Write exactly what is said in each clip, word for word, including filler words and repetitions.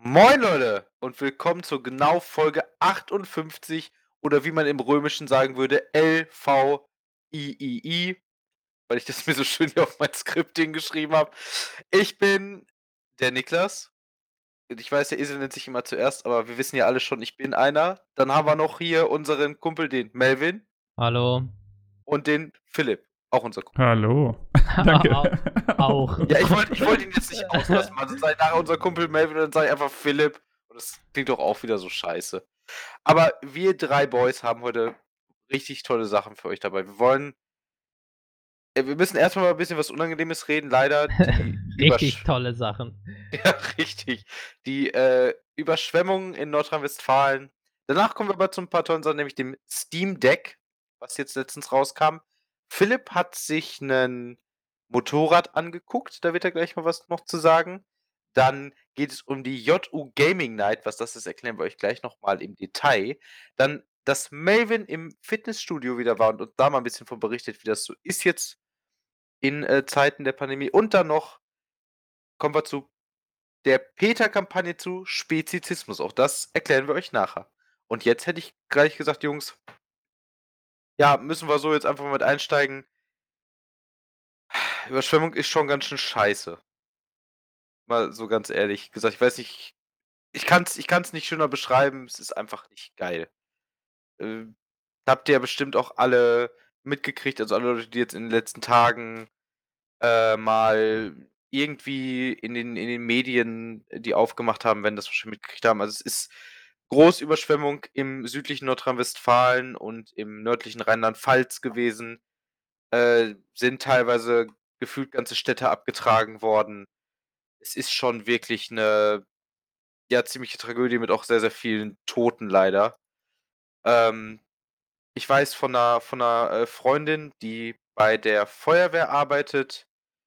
Moin Leute und willkommen zur genau Folge achtundfünfzig oder wie man im Römischen sagen würde, L V I I I, weil ich das mir so schön hier auf mein Skript hingeschrieben habe. Ich bin der Niklas. Und ich weiß, der Esel nennt sich immer zuerst, aber wir wissen ja alle schon, ich bin einer. Dann haben wir noch hier unseren Kumpel, den Melvin Hallo. und den Philipp, auch unser Kumpel. Hallo. Danke. Au auch. Ja, ich wollte ich wollte ihn jetzt nicht auslassen, also sei nachher unser Kumpel Melvin und dann sage ich einfach Philipp. Und das klingt doch auch wieder so scheiße. Aber wir drei Boys haben heute richtig tolle Sachen für euch dabei. Wir wollen äh, wir müssen erst mal 'n bisschen was Unangenehmes reden, leider die Richtig Übersch tolle Sachen. ja, richtig. Die, äh, Überschwemmungen in Nordrhein-Westfalen. Danach kommen wir aber zu 'n paar tollen Sachen, nämlich dem Steam Deck, was jetzt letztens rauskam. Philipp hat sich 'nen Motorrad angeguckt, da wird er gleich mal was noch zu sagen. Dann geht es um die J U Gaming Night. Was das ist, erklären wir euch gleich noch mal im Detail. Dann, dass Melvin im Fitnessstudio wieder war und uns da mal 'n bisschen von berichtet, wie das so ist jetzt in, äh, Zeiten der Pandemie. Und dann noch kommen wir zu der PETA-Kampagne zu Spezizismus. Auch das erklären wir euch nachher. Und jetzt hätte ich gleich gesagt: „Jungs" ja, müssen wir so jetzt einfach mal mit einsteigen. Überschwemmung ist schon ganz schön scheiße. Mal so ganz ehrlich gesagt. Ich weiß nicht, ich kann's ich kann's nicht schöner beschreiben. Es ist einfach nicht geil. Äh, habt ihr ja bestimmt auch alle mitgekriegt, also alle Leute, die jetzt in den letzten Tagen, äh, mal irgendwie in den in den Medien die aufgemacht haben, werden das wahrscheinlich mitgekriegt haben. Also, es ist Großüberschwemmung im südlichen Nordrhein-Westfalen und im nördlichen Rheinland-Pfalz gewesen. Äh, sind teilweise gefühlt ganze Städte abgetragen worden. Es ist schon wirklich 'ne, ja, ziemliche Tragödie mit auch sehr, sehr vielen Toten leider. Ähm, ich weiß von 'ner von 'ner, äh, Freundin, die bei der Feuerwehr arbeitet,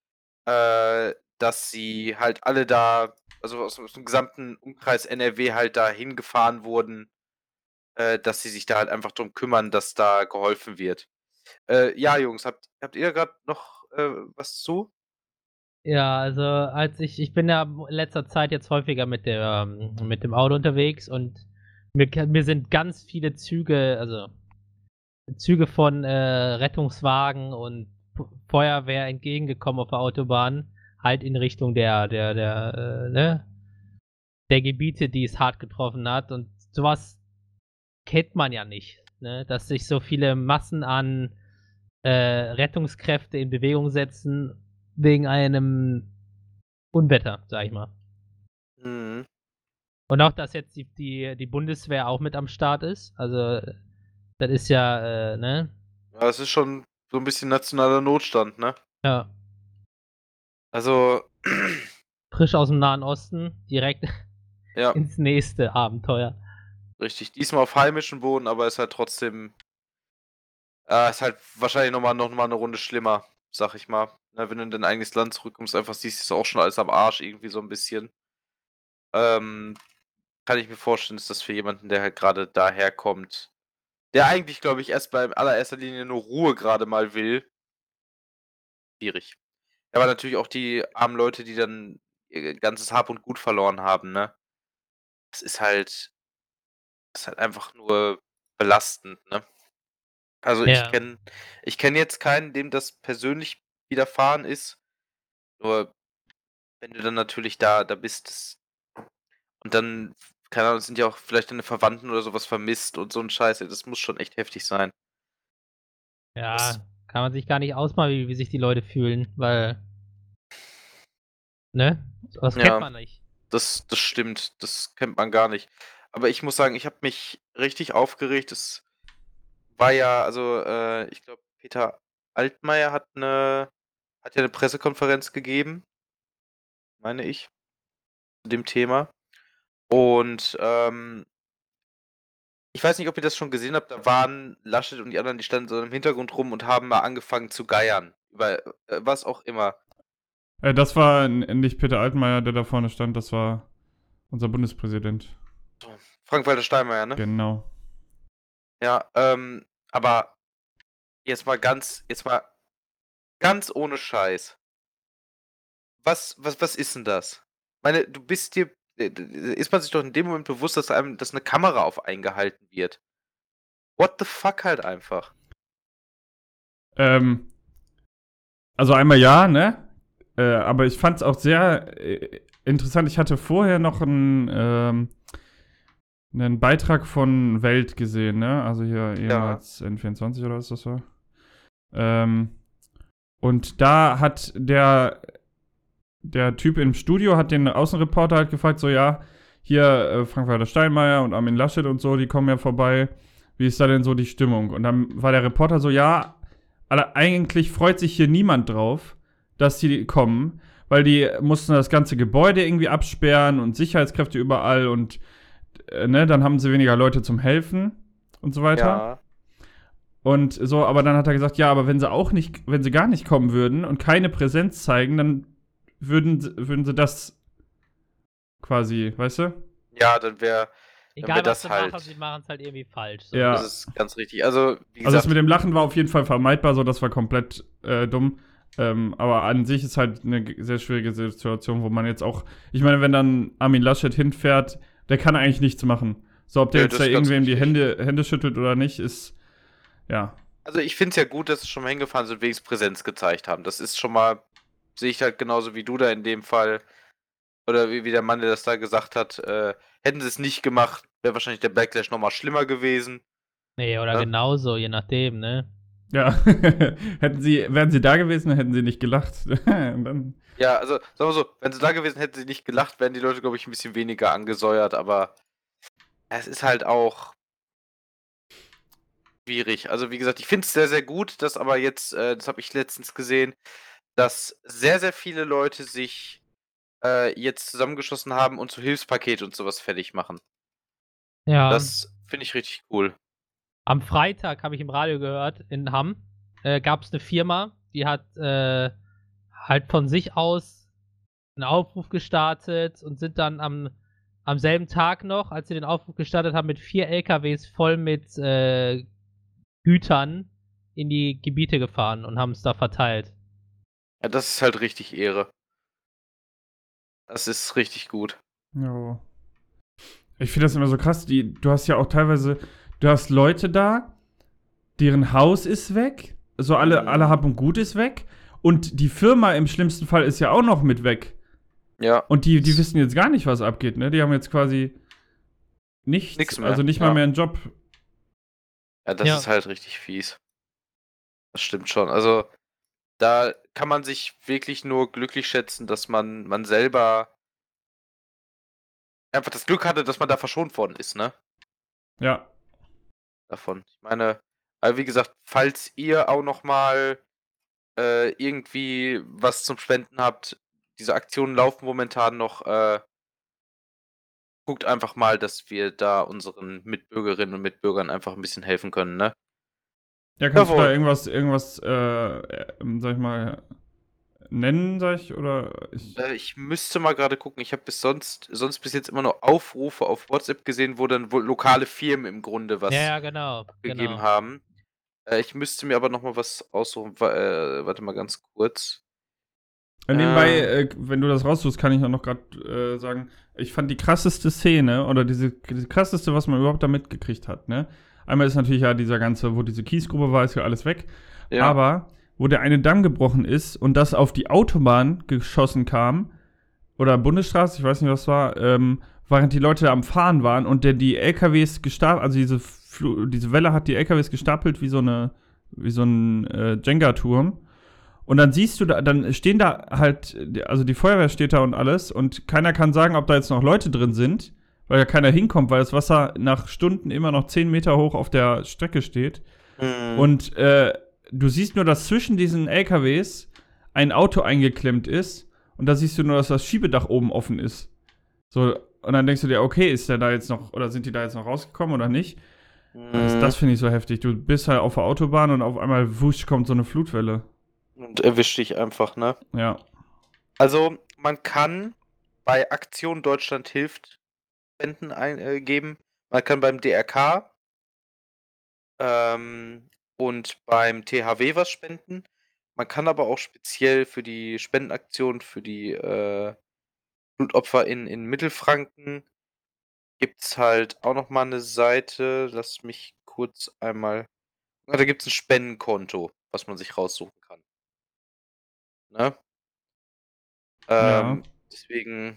äh, dass sie halt alle da also aus aus dem gesamten Umkreis N R W halt da hingefahren wurden, äh, dass sie sich da halt einfach drum kümmern, dass da geholfen wird. Äh, ja, Jungs, habt habt ihr grad noch, äh, was zu? Ja, also, als ich ich bin ja in letzter Zeit jetzt häufiger mit der mit dem Auto unterwegs und mir k mir sind ganz viele Züge also Züge von, äh, Rettungswagen und F Feuerwehr entgegengekommen auf der Autobahn, halt in Richtung der der der, äh, ne der Gebiete, die es hart getroffen hat. Und so was kennt man ja nicht, ne, dass sich so viele Massen an, äh, Rettungskräfte in Bewegung setzen wegen einem Unwetter, sage ich mal. Mhm. Und auch, dass jetzt die die die Bundeswehr auch mit am Start ist. Also, das ist ja, äh, ne? Ja, es ist schon so 'n bisschen nationaler Notstand, ne? Ja. Also Frisch aus'm Nahen Osten, direkt Ja. ins nächste Abenteuer. Richtig, diesmal auf heimischem Boden, aber ist halt trotzdem äh, ist halt wahrscheinlich noch mal noch mal 'ne Runde schlimmer, sage ich mal. Ne, wenn du in dein eigenes Land zurückkommst, einfach siehst, ist auch schon alles am Arsch irgendwie so 'n bisschen. Ähm, kann ich mir vorstellen, dass das für jemanden, der halt grade daherkommt, der eigentlich, glaube ich, erst mal in allererster Linie nur Ruhe grade mal will schwierig. Ja, aber natürlich auch die armen Leute, die dann ihr ganzes Hab und Gut verloren haben, ne? Das ist halt ist halt einfach nur belastend, ne? Also, ich Ja. kenne ich kenne jetzt keinen, dem das persönlich widerfahren ist. Nur wenn du dann natürlich da da bist, das und dann, f keine Ahnung, sind ja auch vielleicht deine Verwandten oder so was vermisst und so 'n Scheiß. Ey, das muss schon echt heftig sein. Das Ja, kann man sich gar nicht ausmalen, wie wie sich die Leute fühlen, weil ne? So was kennt Ja, man nicht. das das stimmt. Das kennt man gar nicht. Aber ich muss sagen, ich habe mich richtig aufgeregt. Es war ja also, äh, ich glaube, Peter Altmaier hat 'ne hat ja 'ne Pressekonferenz gegeben meine ich, zu dem Thema. Und, ähm ich weiß nicht, ob ihr das schon gesehen habt, da waren Laschet und die anderen, die standen so im Hintergrund rum und haben mal angefangen zu geiern über, äh, was auch immer. Äh, das war n nicht Peter Altmaier, der da vorne stand, das war unser Bundespräsident. Frank-Walter Steinmeier, ne? Genau. Ja, ähm, aber jetzt mal ganz jetzt mal ganz ohne Scheiß. Was was was ist 'n das? Meine, du bist dir d d ist man sich doch in dem Moment bewusst, dass einem dass 'ne Kamera auf einen gehalten wird. What the fuck halt einfach. Ähm, also einmal ja, ne? Äh, aber ich fand's auch sehr äh, interessant. Ich hatte vorher noch 'n, ähm 'nen Beitrag von Welt gesehen, ne? Also hier Ja. ehemals N vierundzwanzig oder was das war. Ähm, und da hat der der Typ im Studio hat den Außenreporter halt gefragt, so, ja, hier äh, Frank-Walter Steinmeier und Armin Laschet und so, die kommen ja vorbei. Wie ist da denn so die Stimmung? Und dann war der Reporter so, ja, aber eigentlich freut sich hier niemand drauf, dass die kommen, weil die mussten das ganze Gebäude irgendwie absperren und Sicherheitskräfte überall und äh, ne, dann haben sie weniger Leute zum Helfen und so weiter. Ja. Und so, aber dann hat er gesagt, ja, aber wenn sie auch nicht, wenn sie gar nicht kommen würden und keine Präsenz zeigen, dann würden, sie- würden sie das quasi, weißt du? Ja, dann wäre dann Egal wär was das sie halt machen, sie machen es halt irgendwie falsch. So. Ja. das ist ganz richtig. Also, wie Also das gesagt, mit dem Lachen war auf jeden Fall vermeidbar, so das war komplett äh, dumm. Ähm, aber an sich ist halt eine g- sehr schwierige Situation, wo man jetzt auch, ich meine, wenn dann Armin Laschet hinfährt, der kann eigentlich nichts machen. So, ob der Nö, jetzt das da ist ganz irgendwem die richtig. Hände, Hände schüttelt oder nicht, ist, ja. Also, ich finde es ja gut, dass sie schon mal hingefahren sind und wenigstens Präsenz gezeigt haben. Das ist schon mal sehe ich halt genauso wie du da in dem Fall oder wie wie der Mann, der das da gesagt hat, äh, hätten sie es nicht gemacht, wäre wahrscheinlich der Backlash noch mal schlimmer gewesen, Nee, oder ne? genauso, je nachdem, ne? Ja, hätten sie, wären sie da gewesen, dann hätten sie nicht gelacht. Und dann, Ja, also, sagen wir so, wenn sie da gewesen, hätten sie nicht gelacht, wären die Leute, glaube ich, 'n bisschen weniger angesäuert, aber es ist halt auch schwierig. Also, wie gesagt, ich finde es sehr, sehr gut, dass aber jetzt, äh das habe ich letztens gesehen, dass sehr, sehr viele Leute sich, äh, jetzt zusammengeschlossen haben und so Hilfspakete und so was fertig machen. Ja. Das finde ich richtig cool. Am Freitag habe ich im Radio gehört, in Hamm, äh, gab's 'ne Firma, die hat, äh, halt von sich aus 'n Aufruf gestartet und sind dann am am selben Tag noch, als sie den Aufruf gestartet haben, mit vier L K Ws voll mit, äh, Gütern in die Gebiete gefahren und haben's da verteilt. Ja, das ist halt richtig Ehre. Das ist richtig gut. ja. Ich finde das immer so krass, die, du hast ja auch teilweise, du hast Leute da, deren Haus ist weg, so alle, Mhm. alle Hab und Gut ist weg und die Firma im schlimmsten Fall ist ja auch noch mit weg. Ja. Und die, die wissen jetzt gar nicht, was abgeht, ne? Die haben jetzt quasi nichts, Nix mehr, also nicht ja. mal mehr einen Job. Ja, das Ja. ist halt richtig fies. Das stimmt schon. Also, da kann man sich wirklich nur glücklich schätzen, dass man man selber einfach das Glück hatte, dass man da verschont worden ist, ne, Ja. davon. Ich meine, aber wie gesagt, falls ihr auch noch mal, äh, irgendwie was zum Spenden habt, diese Aktionen laufen momentan noch, äh guckt einfach mal, dass wir da unseren Mitbürgerinnen und Mitbürgern einfach 'n bisschen helfen können, ne? Ja, kannst du da Jawohl. irgendwas, irgendwas, äh, äh, sag ich mal, nennen, sag ich, oder ich. Äh, ich müsste mal grade gucken. Ich habe bis sonst sonst bis jetzt immer nur Aufrufe auf WhatsApp gesehen, wo dann wohl lokale Firmen im Grunde Ja, was ja, genau, gegeben genau. haben. Äh, ich müsste mir aber noch mal was aussuchen. Wa äh, warte mal ganz kurz. Äh, Nebenbei, Ähm, äh, wenn du das raussuchst, kann ich auch noch gerade äh, sagen, ich fand die krasseste Szene oder diese, diese krasseste, was man überhaupt da mitgekriegt hat, ne? Einmal ist natürlich ja dieser ganze, wo diese Kiesgrube war, ist ja alles weg. ja. Aber wo der eine Damm gebrochen ist und das auf die Autobahn geschossen kam, oder Bundesstraße, ich weiß nicht, was war, ähm, während die Leute da am Fahren waren und der die L K Ws gestapelt, also diese, Flu diese Welle hat die L K Ws gestapelt wie so eine, wie so ein äh, Jenga-Turm. Und dann siehst du da, dann stehen da halt, also die Feuerwehr steht da und alles und keiner kann sagen, ob da jetzt noch Leute drin sind, weil ja keiner hinkommt, weil das Wasser nach Stunden immer noch zehn Meter hoch auf der Strecke steht. Mhm. Und äh, du siehst nur, dass zwischen diesen L K Ws ein Auto eingeklemmt ist und da siehst du nur, dass das Schiebedach oben offen ist. So, und dann denkst du dir, okay, ist der da jetzt noch, oder sind die da jetzt noch rausgekommen oder nicht? Das, Mhm. das finde ich so heftig. Du bist halt auf der Autobahn und auf einmal wusch kommt so eine Flutwelle. Und erwischt dich einfach, ne? Ja. Also, man kann bei Aktion Deutschland hilft Spenden eingeben. Man kann beim D R K ähm, und beim T H W was spenden. Man kann aber auch speziell für die Spendenaktion für die, äh Blutopfer in in Mittelfranken gibt's halt auch noch mal 'ne Seite. Lass mich kurz einmal ah, da gibt's 'n Spendenkonto, was man sich raussuchen kann. Ne? Ja. Ähm, deswegen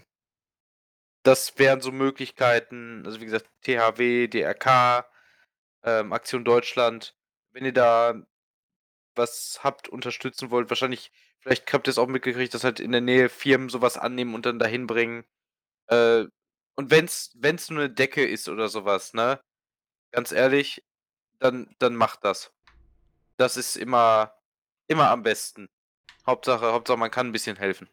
das wären so Möglichkeiten, also wie gesagt, T H W, D R K, ähm, Aktion Deutschland. Wenn ihr da was habt, unterstützen wollt, wahrscheinlich vielleicht habt ihr's auch mitgekriegt, dass halt in der Nähe Firmen so was annehmen und dann dahin bringen. Äh, und wenn's wenn's nur 'ne Decke ist oder so was, ne? Ganz ehrlich, dann dann macht das. Das ist immer immer am besten. Hauptsache Hauptsache, man kann 'n bisschen helfen.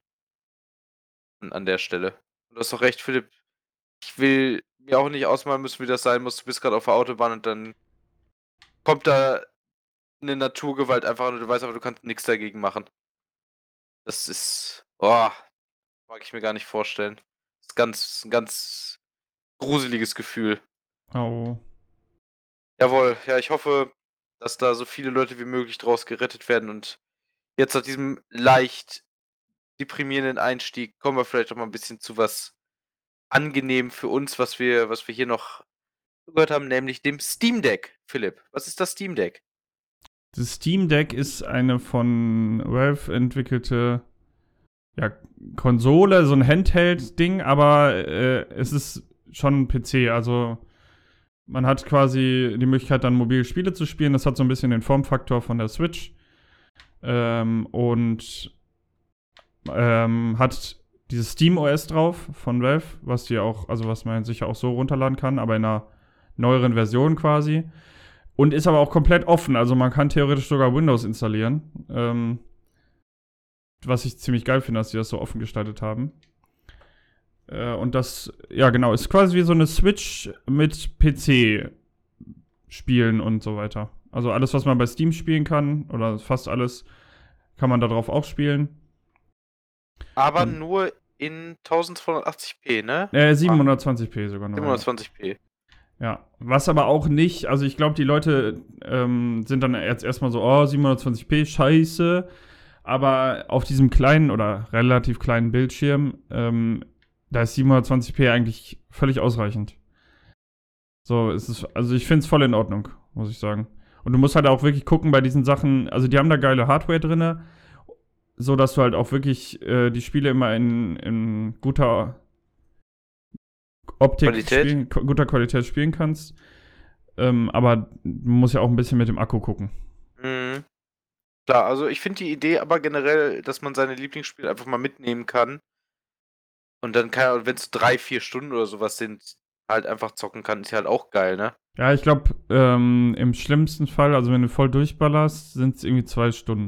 An an der Stelle. Du hast doch recht, Philipp. Ich will mir auch nicht ausmalen müssen, wie das sein muss. Du bist grad auf der Autobahn und dann kommt da 'ne Naturgewalt einfach und du weißt aber, du kannst nix dagegen machen. Das ist oh, mag ich mir gar nicht vorstellen. Ist ganz 'n ganz gruseliges Gefühl. Oh. Jawohl, ja, ich hoffe, dass da so viele Leute wie möglich draus gerettet werden und jetzt nach diesem leicht deprimierenden Einstieg kommen wir vielleicht auch mal 'n bisschen zu was angenehm für uns, was wir was wir hier noch gehört haben, nämlich dem Steam Deck. Philipp, was ist das Steam Deck? Das Steam Deck ist eine von Valve entwickelte, ja, Konsole, so 'n Handheld-Ding, aber, äh, es ist schon 'n P C. Also, man hat quasi die Möglichkeit, dann mobil Spiele zu spielen. Das hat so 'n bisschen den Formfaktor von der Switch. Ähm, und ähm, hat dieses SteamOS drauf von Valve, was dir auch also, was man sich auch so runterladen kann, aber in 'ner neueren Version quasi. Und ist aber auch komplett offen. Also, man kann theoretisch sogar Windows installieren. Ähm, was ich ziemlich geil finde, dass die das so offen gestaltet haben. Äh, und das, ja genau, ist quasi wie so 'ne Switch mit P C-Spielen und so weiter. Also, alles, was man bei Steam spielen kann, oder fast alles, kann man da drauf auch spielen. Aber Und nur in tausendzweihundertachtzig p, ne? Äh, siebenhundertzwanzig p sogar nur, ja. siebenhundertzwanzig p. Ja, was aber auch nicht also, ich glaube, die Leute, ähm, sind dann jetzt erst mal so: „Oh, siebenhundertzwanzig p, scheiße.“ Aber auf diesem kleinen oder relativ kleinen Bildschirm, ähm, da ist siebenhundertzwanzig p eigentlich völlig ausreichend. So, es ist also, ich finde es voll in Ordnung, muss ich sagen. Und du musst halt auch wirklich gucken bei diesen Sachen also, die haben da geile Hardware drin, sodass du halt auch wirklich, äh, die Spiele immer in in guter Optik Qualität? spielen guter Qualität spielen kannst. Ähm, aber du musst ja auch 'n bisschen mit dem Akku gucken. Mhm. Klar, also, ich finde die Idee aber generell, dass man seine Lieblingsspiele einfach mal mitnehmen kann und dann keine Ahnung, wenn's drei, vier Stunden oder so was sind, halt einfach zocken kann, ist ja halt auch geil, ne? Ja, ich glaube, ähm, im schlimmsten Fall, also, wenn du voll durchballerst, sind's irgendwie zwei Stunden.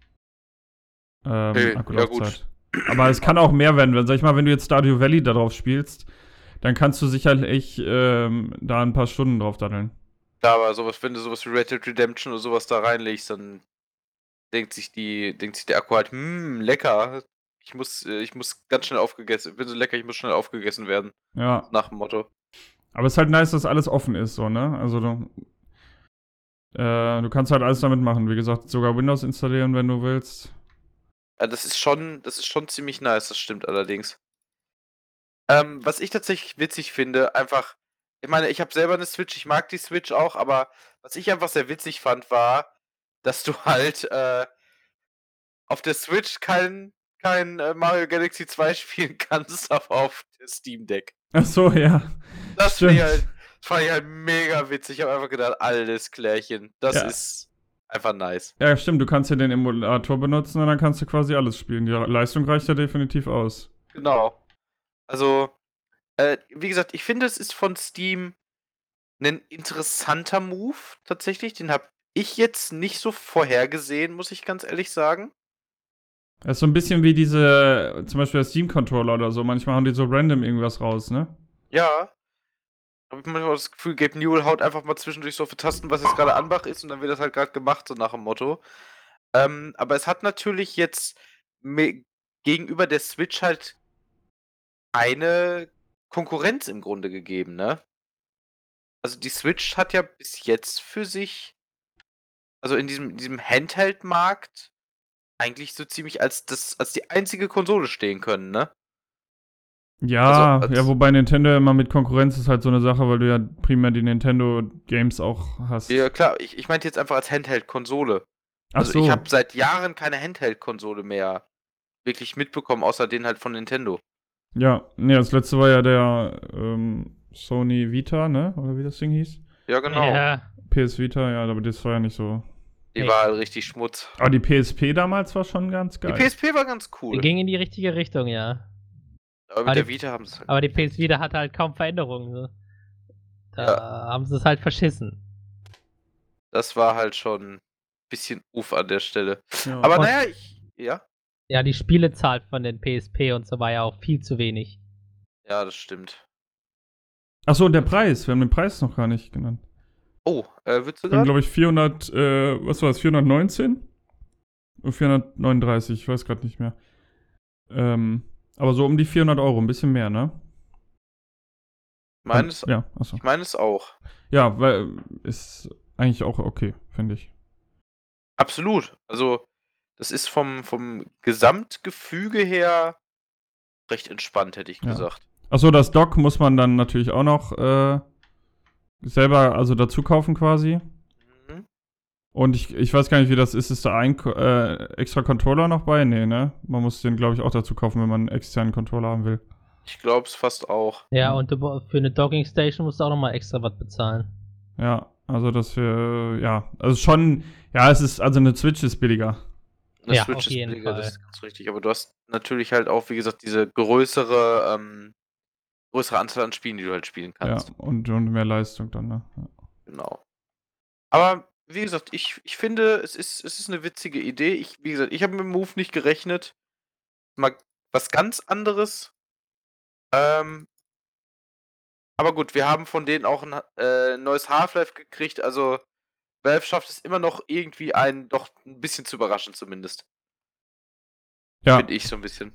Ähm, Okay, ja gut. Akkulaufzeit. Aber es kann auch mehr werden. Wenn sage ich mal, wenn du jetzt Stardew Valley da drauf spielst, dann kannst du sicherlich, ähm, da 'n paar Stunden drauf daddeln. Ja, aber so was wenn du so was wie Red Dead Redemption oder so was da reinlegst, dann denkt sich die denkt sich der Akku halt: „Hm, lecker. Ich muss äh, ich muss ganz schnell aufgegessen bin so lecker, ich muss schnell aufgegessen werden.“ Ja. Nach dem Motto. Aber es ist halt nice, dass alles offen ist so, ne? Also, du äh, du kannst halt alles damit machen. Wie gesagt, sogar Windows installieren, wenn du willst. Ja, das ist schon das ist schon ziemlich nice, das stimmt allerdings. Ähm, was ich tatsächlich witzig finde, einfach ich meine, ich habe selber 'ne Switch, ich mag die Switch auch, aber was ich einfach sehr witzig fand, war, dass du halt, äh auf der Switch kein kein, äh, Mario Galaxy zwei spielen kannst, aber auf der Steam Deck. Ach so, ja. Das finde ich Stimmt. halt fand ich halt mega witzig. Ich habe einfach gedacht: „Alles klärchen.“ Das Ja. ist einfach nice. Ja, stimmt, du kannst ja den Emulator benutzen und dann kannst du quasi alles spielen. Die Leistung reicht ja definitiv aus. Genau. Also, äh, wie gesagt, ich finde, es ist von Steam 'nen interessanter Move tatsächlich. Den habe ich jetzt nicht so vorhergesehen, muss ich ganz ehrlich sagen. Das ist so 'n bisschen wie diese zum Beispiel der Steam-Controller oder so. Manchmal hauen die so random irgendwas raus, ne? Ja. Habe ich manchmal das Gefühl, Gabe Newell haut einfach mal zwischendurch so auf die Tasten, was jetzt grade Anbach ist, und dann wird das halt grad gemacht, so nach dem Motto. Ähm, aber es hat natürlich jetzt me gegenüber der Switch halt eine Konkurrenz im Grunde gegeben, ne? Also, die Switch hat ja bis jetzt für sich also, in diesem in diesem Handheld-Markt eigentlich so ziemlich als das als die einzige Konsole stehen können, ne? Ja, Also, als- ja, wobei Nintendo immer mit Konkurrenz ist halt so eine Sache, weil du ja primär die Nintendo-Games auch hast. Ja, klar, ich, ich meinte jetzt einfach als Handheld-Konsole. Ach Also ich so. habe seit Jahren keine Handheld-Konsole mehr wirklich mitbekommen, außer den halt von Nintendo. Ja, nee, das letzte war ja der ähm, Sony Vita, ne? Oder wie das Ding hieß? Ja, genau. Ja, P S Vita, ja, aber das war ja nicht so. Die Nee. war halt richtig Schmutz. Aber die P S P damals war schon ganz geil. Die P S P war ganz die cool. ging in die richtige Richtung, ja. Aber mit aber der die- Vita haben sie es halt. Aber die P S Vita hatte halt kaum Veränderungen. So. Da haben sie es halt verschissen. Das war halt schon ein bisschen uff an der Stelle. Ja. Aber Und- naja, ich. Ja? Ja, die Spielezahl von den P S P und so war ja auch viel zu wenig. Ja, das stimmt. Ach so, und der Preis. Wir haben den Preis noch gar nicht genannt. Oh, äh, willst du Wir haben, gerade? glaube ich, vierhundert, äh, was war das, vierhundertneunzehn? Und vierhundertneununddreißig, ich weiß gerade nicht mehr. Ähm, aber so um die vierhundert Euro, ein bisschen mehr, ne? Meines, Ja, achso. ich meine es auch. Ja, weil ist eigentlich auch okay, finde ich. Absolut. Also, das ist vom, vom Gesamtgefüge her recht entspannt, hätte ich Ja. gesagt. Achso, das Dock muss man dann natürlich auch noch äh, selber, also dazu kaufen quasi. Mhm. Und ich, ich weiß gar nicht, wie das ist. Ist da ein Ko- äh, extra Controller noch bei? Nee, ne? Man muss den, glaube ich, auch dazu kaufen, wenn man einen externen Controller haben will. Ich glaube es fast auch. Ja, Ja. und du, für eine Docking Station musst du auch nochmal extra was bezahlen. Ja, also das wir, ja, also schon, ja, es ist, also eine Switch ist billiger. Eine Ja, Switch auf ist jeden billiger, Fall. das ist ganz richtig. Aber du hast natürlich halt auch, wie gesagt, diese größere, ähm, größere Anzahl an Spielen, die du halt spielen Ja, kannst. und, und mehr Leistung dann, ne? Ja. Genau. Aber wie gesagt, ich, ich finde, es ist, es ist eine witzige Idee. Ich, wie gesagt, ich habe mit dem Move nicht gerechnet. Mal was ganz anderes. Ähm, aber gut, wir haben von denen auch ein äh, neues Half-Life gekriegt. Also Valve schafft es immer noch irgendwie einen doch ein bisschen zu überraschen zumindest. Ja, Finde ich so ein bisschen.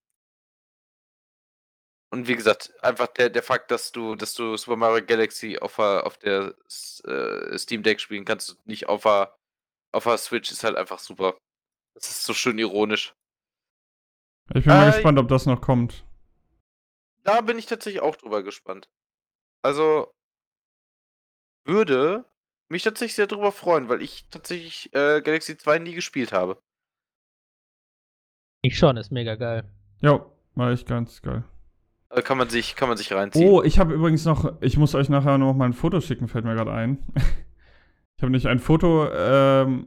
Und wie gesagt, einfach der, der Fakt, dass du, dass du Super Mario Galaxy auf der, auf der äh, Steam Deck spielen kannst und nicht auf der, auf der Switch, ist halt einfach super. Das ist so schön ironisch. ich bin mal Äh, gespannt, ob das noch kommt. Da bin ich tatsächlich auch drüber gespannt. Also würde mich tatsächlich sehr drüber freuen, weil ich tatsächlich äh, Galaxy zwei nie gespielt habe. Ich schon, ist mega geil. Ja, war echt ganz geil. Also kann man sich, kann man sich reinziehen. Oh, ich habe übrigens noch, ich muss euch nachher noch mal ein Foto schicken, fällt mir gerade ein. Ich habe nicht ein Foto, ähm,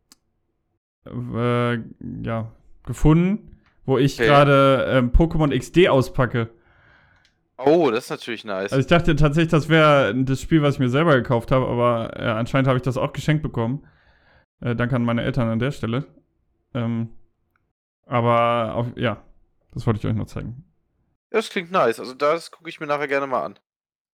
äh, ja, gefunden, wo ich Okay. gerade ähm, Pokémon X D auspacke. Oh, das ist natürlich nice. Also ich dachte tatsächlich, das wäre das Spiel, was ich mir selber gekauft habe, aber äh, anscheinend habe ich das auch geschenkt bekommen. Äh, danke an meine Eltern an der Stelle. Ähm, aber auf, ja, das wollte ich euch noch zeigen. Das klingt nice. Also das gucke ich mir nachher gerne mal an.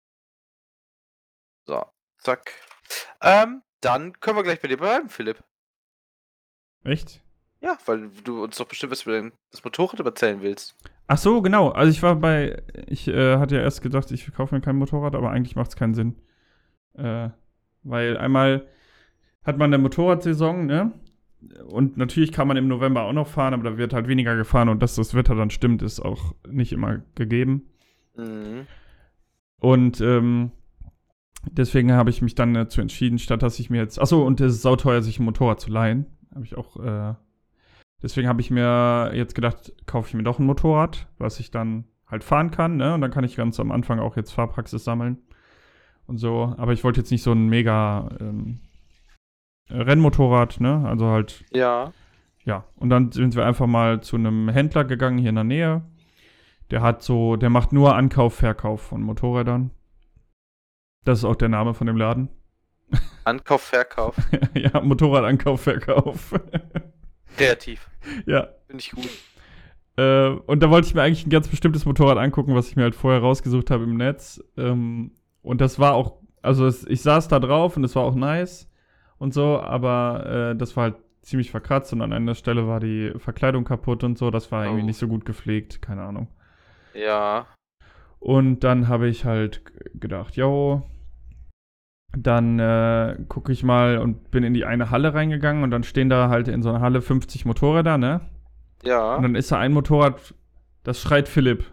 So, zack. Ähm, dann können wir gleich bei dir bleiben, Philipp. Echt? Ja, weil du uns doch bestimmt was über dein- das Motorrad erzählen willst. Ach so, genau. Also ich war bei, ich äh, hatte ja erst gedacht, ich kaufe mir kein Motorrad, aber eigentlich macht es keinen Sinn. Äh, weil einmal hat man eine Motorradsaison, ne? Und natürlich kann man im November auch noch fahren, aber da wird halt weniger gefahren und dass das Wetter dann stimmt, ist auch nicht immer gegeben. Mhm. Und ähm, deswegen habe ich mich dann dazu entschieden, statt dass ich mir jetzt, achso, und es ist sauteuer, sich ein Motorrad zu leihen. Habe ich auch, äh, deswegen habe ich mir jetzt gedacht, kaufe ich mir doch ein Motorrad, was ich dann halt fahren kann, ne? Und dann kann ich ganz am Anfang auch jetzt Fahrpraxis sammeln und so. Aber ich wollte jetzt nicht so ein mega ähm, Rennmotorrad, ne? Also halt, Ja. ja. Und dann sind wir einfach mal zu einem Händler gegangen hier in der Nähe. Der hat so, der macht nur Ankauf, Verkauf von Motorrädern. Das ist auch der Name von dem Laden. Ankauf, Verkauf. Ja, Motorradankauf, Verkauf. Kreativ. Ja. Finde ich gut. Äh, und da wollte ich mir eigentlich ein ganz bestimmtes Motorrad angucken, was ich mir halt vorher rausgesucht habe im Netz. Ähm, und das war auch, also es, ich saß da drauf und es war auch nice und so, aber äh, das war halt ziemlich verkratzt und an einer Stelle war die Verkleidung kaputt und so. Das war irgendwie Oh. nicht so gut gepflegt, keine Ahnung. Ja. Und dann habe ich halt gedacht, jo, dann äh, gucke ich mal und bin in die eine Halle reingegangen und dann stehen da halt in so einer Halle fünfzig Motorräder, ne? Ja. Und dann ist da ein Motorrad, das schreit Philipp.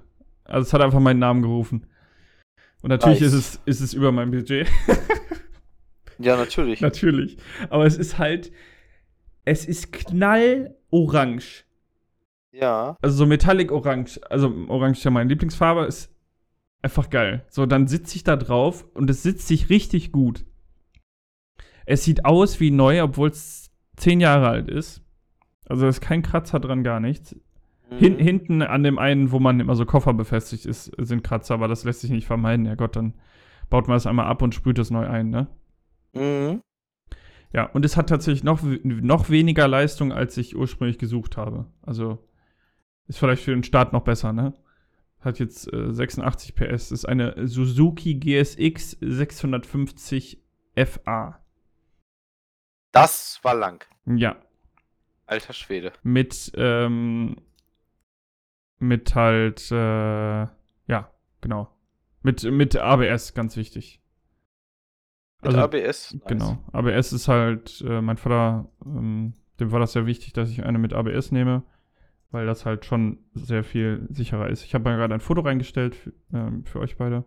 Also es hat einfach meinen Namen gerufen. Und natürlich Nice. ist es, ist es über mein Budget. Ja, natürlich. Natürlich. Aber es ist halt, es ist knallorange. Ja. Also so metallic orange. Also orange ist ja meine Lieblingsfarbe, ist einfach geil. So, dann sitze ich da drauf und es sitzt sich richtig gut. Es sieht aus wie neu, obwohl es zehn Jahre alt ist. Also ist kein Kratzer dran, gar nichts. Mhm. Hin, hinten an dem einen, wo man immer so Koffer befestigt ist, sind Kratzer, aber das lässt sich nicht vermeiden. Ja Gott, dann baut man das einmal ab und sprüht es neu ein, ne? Mhm. Ja, und es hat tatsächlich noch, noch weniger Leistung, als ich ursprünglich gesucht habe. Also ist vielleicht für den Start noch besser, ne? Hat jetzt äh, sechsundachtzig P S. Ist eine Suzuki G S X sechshundertfünfzig F A. Das war lang. Ja, Alter Schwede. mit, ähm, mit halt, äh, ja, genau. Mit, mit A B S, ganz wichtig. Mit A B S? Nice. Genau. A B S ist halt, äh, mein Vater, ähm, dem war das sehr wichtig, dass ich eine mit A B S nehme, weil das halt schon sehr viel sicherer ist. Ich habe mal gerade ein Foto reingestellt für, ähm, für euch beide.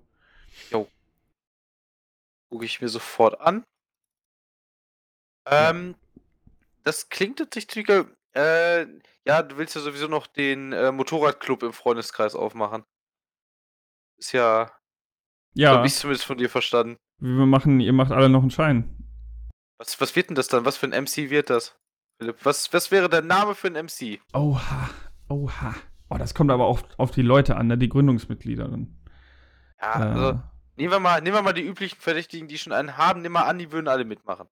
Gucke ich mir sofort an. Ähm, das klingt tatsächlich, äh, ja, du willst ja sowieso noch den äh, Motorradclub im Freundeskreis aufmachen. Ist ja, so Ja, habe ich zumindest von dir verstanden. wir machen, ihr macht alle noch einen Schein. Was, was wird denn das dann? Was für ein M C wird das? Philipp, was, was wäre der Name für ein M C? Oha, oha. Oh, das kommt aber auch auf die Leute an, ne? Die Gründungsmitglieder dann. Ja, Äh, also, nehmen wir mal, nehmen wir mal die üblichen Verdächtigen, die schon einen haben, nehmen wir an, die würden alle mitmachen.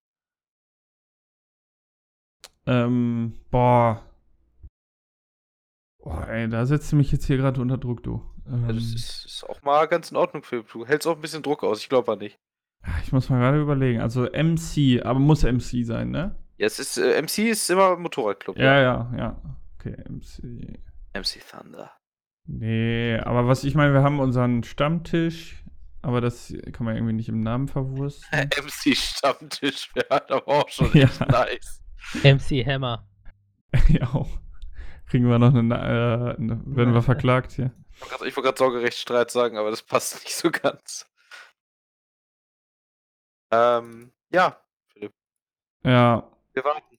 ähm, boah. Boah, ey, da setzt du mich jetzt hier gerade unter Druck, du. Ähm, Ja, das ist, ist auch mal ganz in Ordnung, Philipp. Du hältst auch ein bisschen Druck aus, ich glaube nicht. ich muss mal gerade überlegen. Also M C, aber muss M C sein, ne? Ja, es ist, äh, M C ist immer Motorradclub. Ja, ja, ja. Okay, M C. M C Thunder. Nee, aber was ich meine, wir haben unseren Stammtisch, aber das kann man irgendwie nicht im Namen verwursten. M C Stammtisch wäre halt aber auch schon Ja. echt nice. M C Hammer. Ja, auch. Kriegen wir noch eine, äh, eine werden wir verklagt hier. Ich wollte grad- Ich wollte gerade Sorgerechtsstreit sagen, aber das passt nicht so ganz. Ähm, ja, Philipp, Ja, wir warten.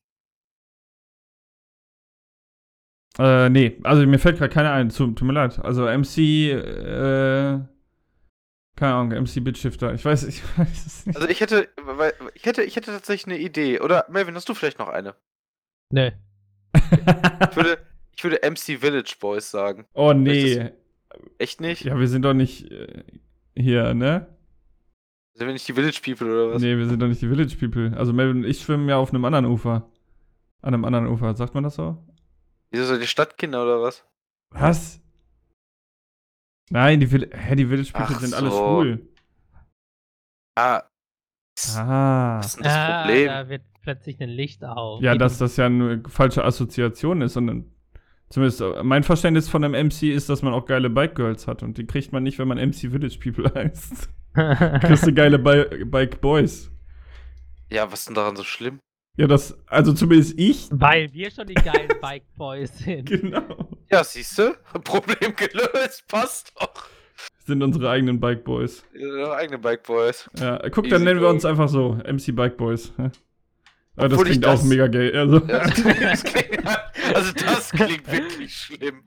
äh, nee, also mir fällt gerade keiner ein, tut, tut mir leid. Also M C, äh, keine Ahnung, M C Bitshifter, ich weiß, ich weiß es nicht. Also ich hätte, weil, ich hätte, ich hätte tatsächlich eine Idee. Oder Melvin, hast du vielleicht noch eine? Nö. Ich würde, ich würde M C Village Boys sagen. Oh nee. Echt nicht? Ja, wir sind doch nicht äh, hier, ne? Sind wir nicht die Village People oder was? Nee, wir sind doch nicht die Village People. Also Melvin und ich schwimmen ja auf einem anderen Ufer. An einem anderen Ufer, sagt man das so? Wieso so die Stadtkinder oder was? Was? Nein, die, Vill Hä, die Village People Ach sind alle so. schwul. Ah, Ah. was ist denn das ah, Problem? Da wird plötzlich ein Licht auf. Ja, Wie dass du- das ja eine falsche Assoziation ist. Und zumindest äh, mein Verständnis von einem M C ist, dass man auch geile Bike Girls hat. Und die kriegt man nicht, wenn man M C Village People heißt. Kriegst du geile Bi Bike Boys. Ja, was ist denn daran so schlimm? Ja, das, also zumindest ich. Weil wir schon die geilen Bike Boys sind. Genau. Ja, siehst du? Problem gelöst, passt doch. Sind unsere eigenen Bike Boys. Ihre eigene Bike Boys. Ja, guck, Easy dann nennen wir going. uns einfach so. M C Bike Boys. Ja. Aber das Obwohl ich klingt das- auch mega gay. Also. Ja, das klingt, das klingt, also das klingt wirklich schlimm.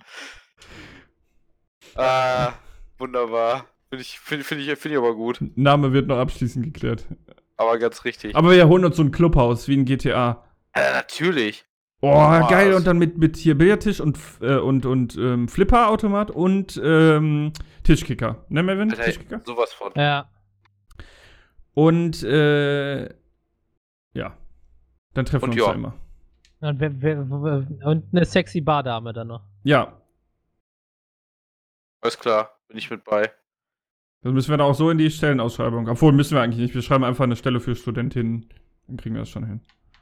Ah, wunderbar. Finde ich, find, find ich, find ich aber gut. Name wird noch abschließend geklärt. Aber ganz richtig. Aber wir holen uns so ein Clubhaus wie ein G T A. äh, natürlich. Oh, Boah, geil. das- Und dann mit, mit hier Billardtisch und, äh, und, und ähm, Flipper-Automat und ähm, Tischkicker. Ne, Melvin? Alter, Tischkicker? sowas von. Ja. Und, äh, ja. Dann treffen Und wir uns ja. da immer. Und, wer- wer- wer- und eine sexy Bardame dann noch. Ja. Alles klar, bin ich mit bei. Das müssen wir dann auch so in die Stellenausschreibung. Obwohl, müssen wir eigentlich nicht. Wir schreiben einfach eine Stelle für Studentinnen. Dann kriegen wir das schon hin.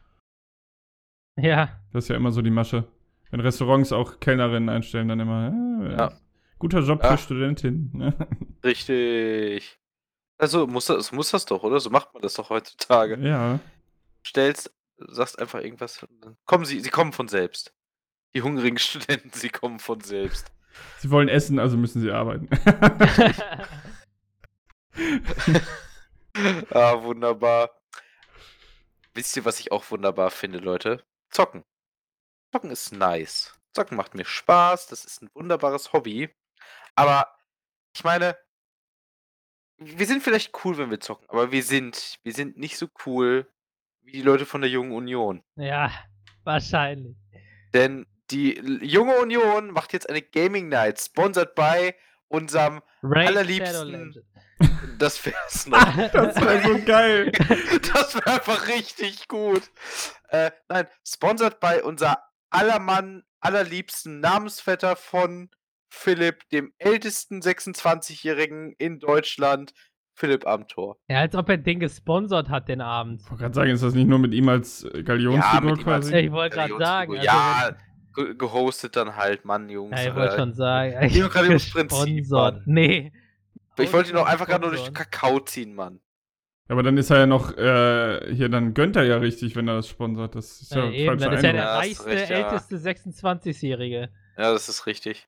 Ja. Das ist ja immer so die Masche. Wenn Restaurants auch Kellnerinnen einstellen, dann immer, äh, Ja. guter Job Ja. für Studentinnen. Richtig. Also muss das, muss das doch, oder? So macht man das doch heutzutage. Ja. Stellst, sagst einfach irgendwas. und dann Kommen sie, sie kommen von selbst. Die hungrigen Studenten, sie kommen von selbst. Sie wollen essen, also müssen sie arbeiten. Ah, wunderbar. Wisst ihr, was ich auch wunderbar finde, Leute? Zocken. Zocken ist nice. Zocken macht mir Spaß, das ist ein wunderbares Hobby. Aber ich meine, wir sind vielleicht cool, wenn wir zocken, aber wir sind, wir sind nicht so cool wie die Leute von der Jungen Union. Ja, wahrscheinlich. Denn die L- Junge Union macht jetzt eine Gaming Night, sponsored by unserem Raid allerliebsten. Shadow Legends. Das wär's noch. Das wäre so geil. Das wäre einfach richtig gut. Äh, nein, sponsored by unser allermann, allerliebsten Namensvetter von Philipp, dem ältesten sechsundzwanzigjährigen in Deutschland, Philipp Amthor. Ja, als ob er den gesponsert hat den Abend. Ich wollte gerade sagen, ist das nicht nur mit ihm als äh, Galionsfigur mit ihm als- quasi? Ich wollte gerade sagen. also Ja, ge gehostet dann halt, Mann, Jungs. Ja, ich wollte äh, schon sagen. ging doch gerade ums Prinzip, gesponsert. Mann. Nee. Ich wollte ihn auch einfach gerade nur durch den Sponsoren. Kakao ziehen, Mann. Aber dann ist er ja noch, äh, hier, dann gönnt er ja richtig, wenn er das sponsert. Das ist ja, Ja, eben, falscher das ist ja Eindruck. der Ja, hast reichste, recht, ja. älteste sechsundzwanzigjährige. Ja, das ist richtig.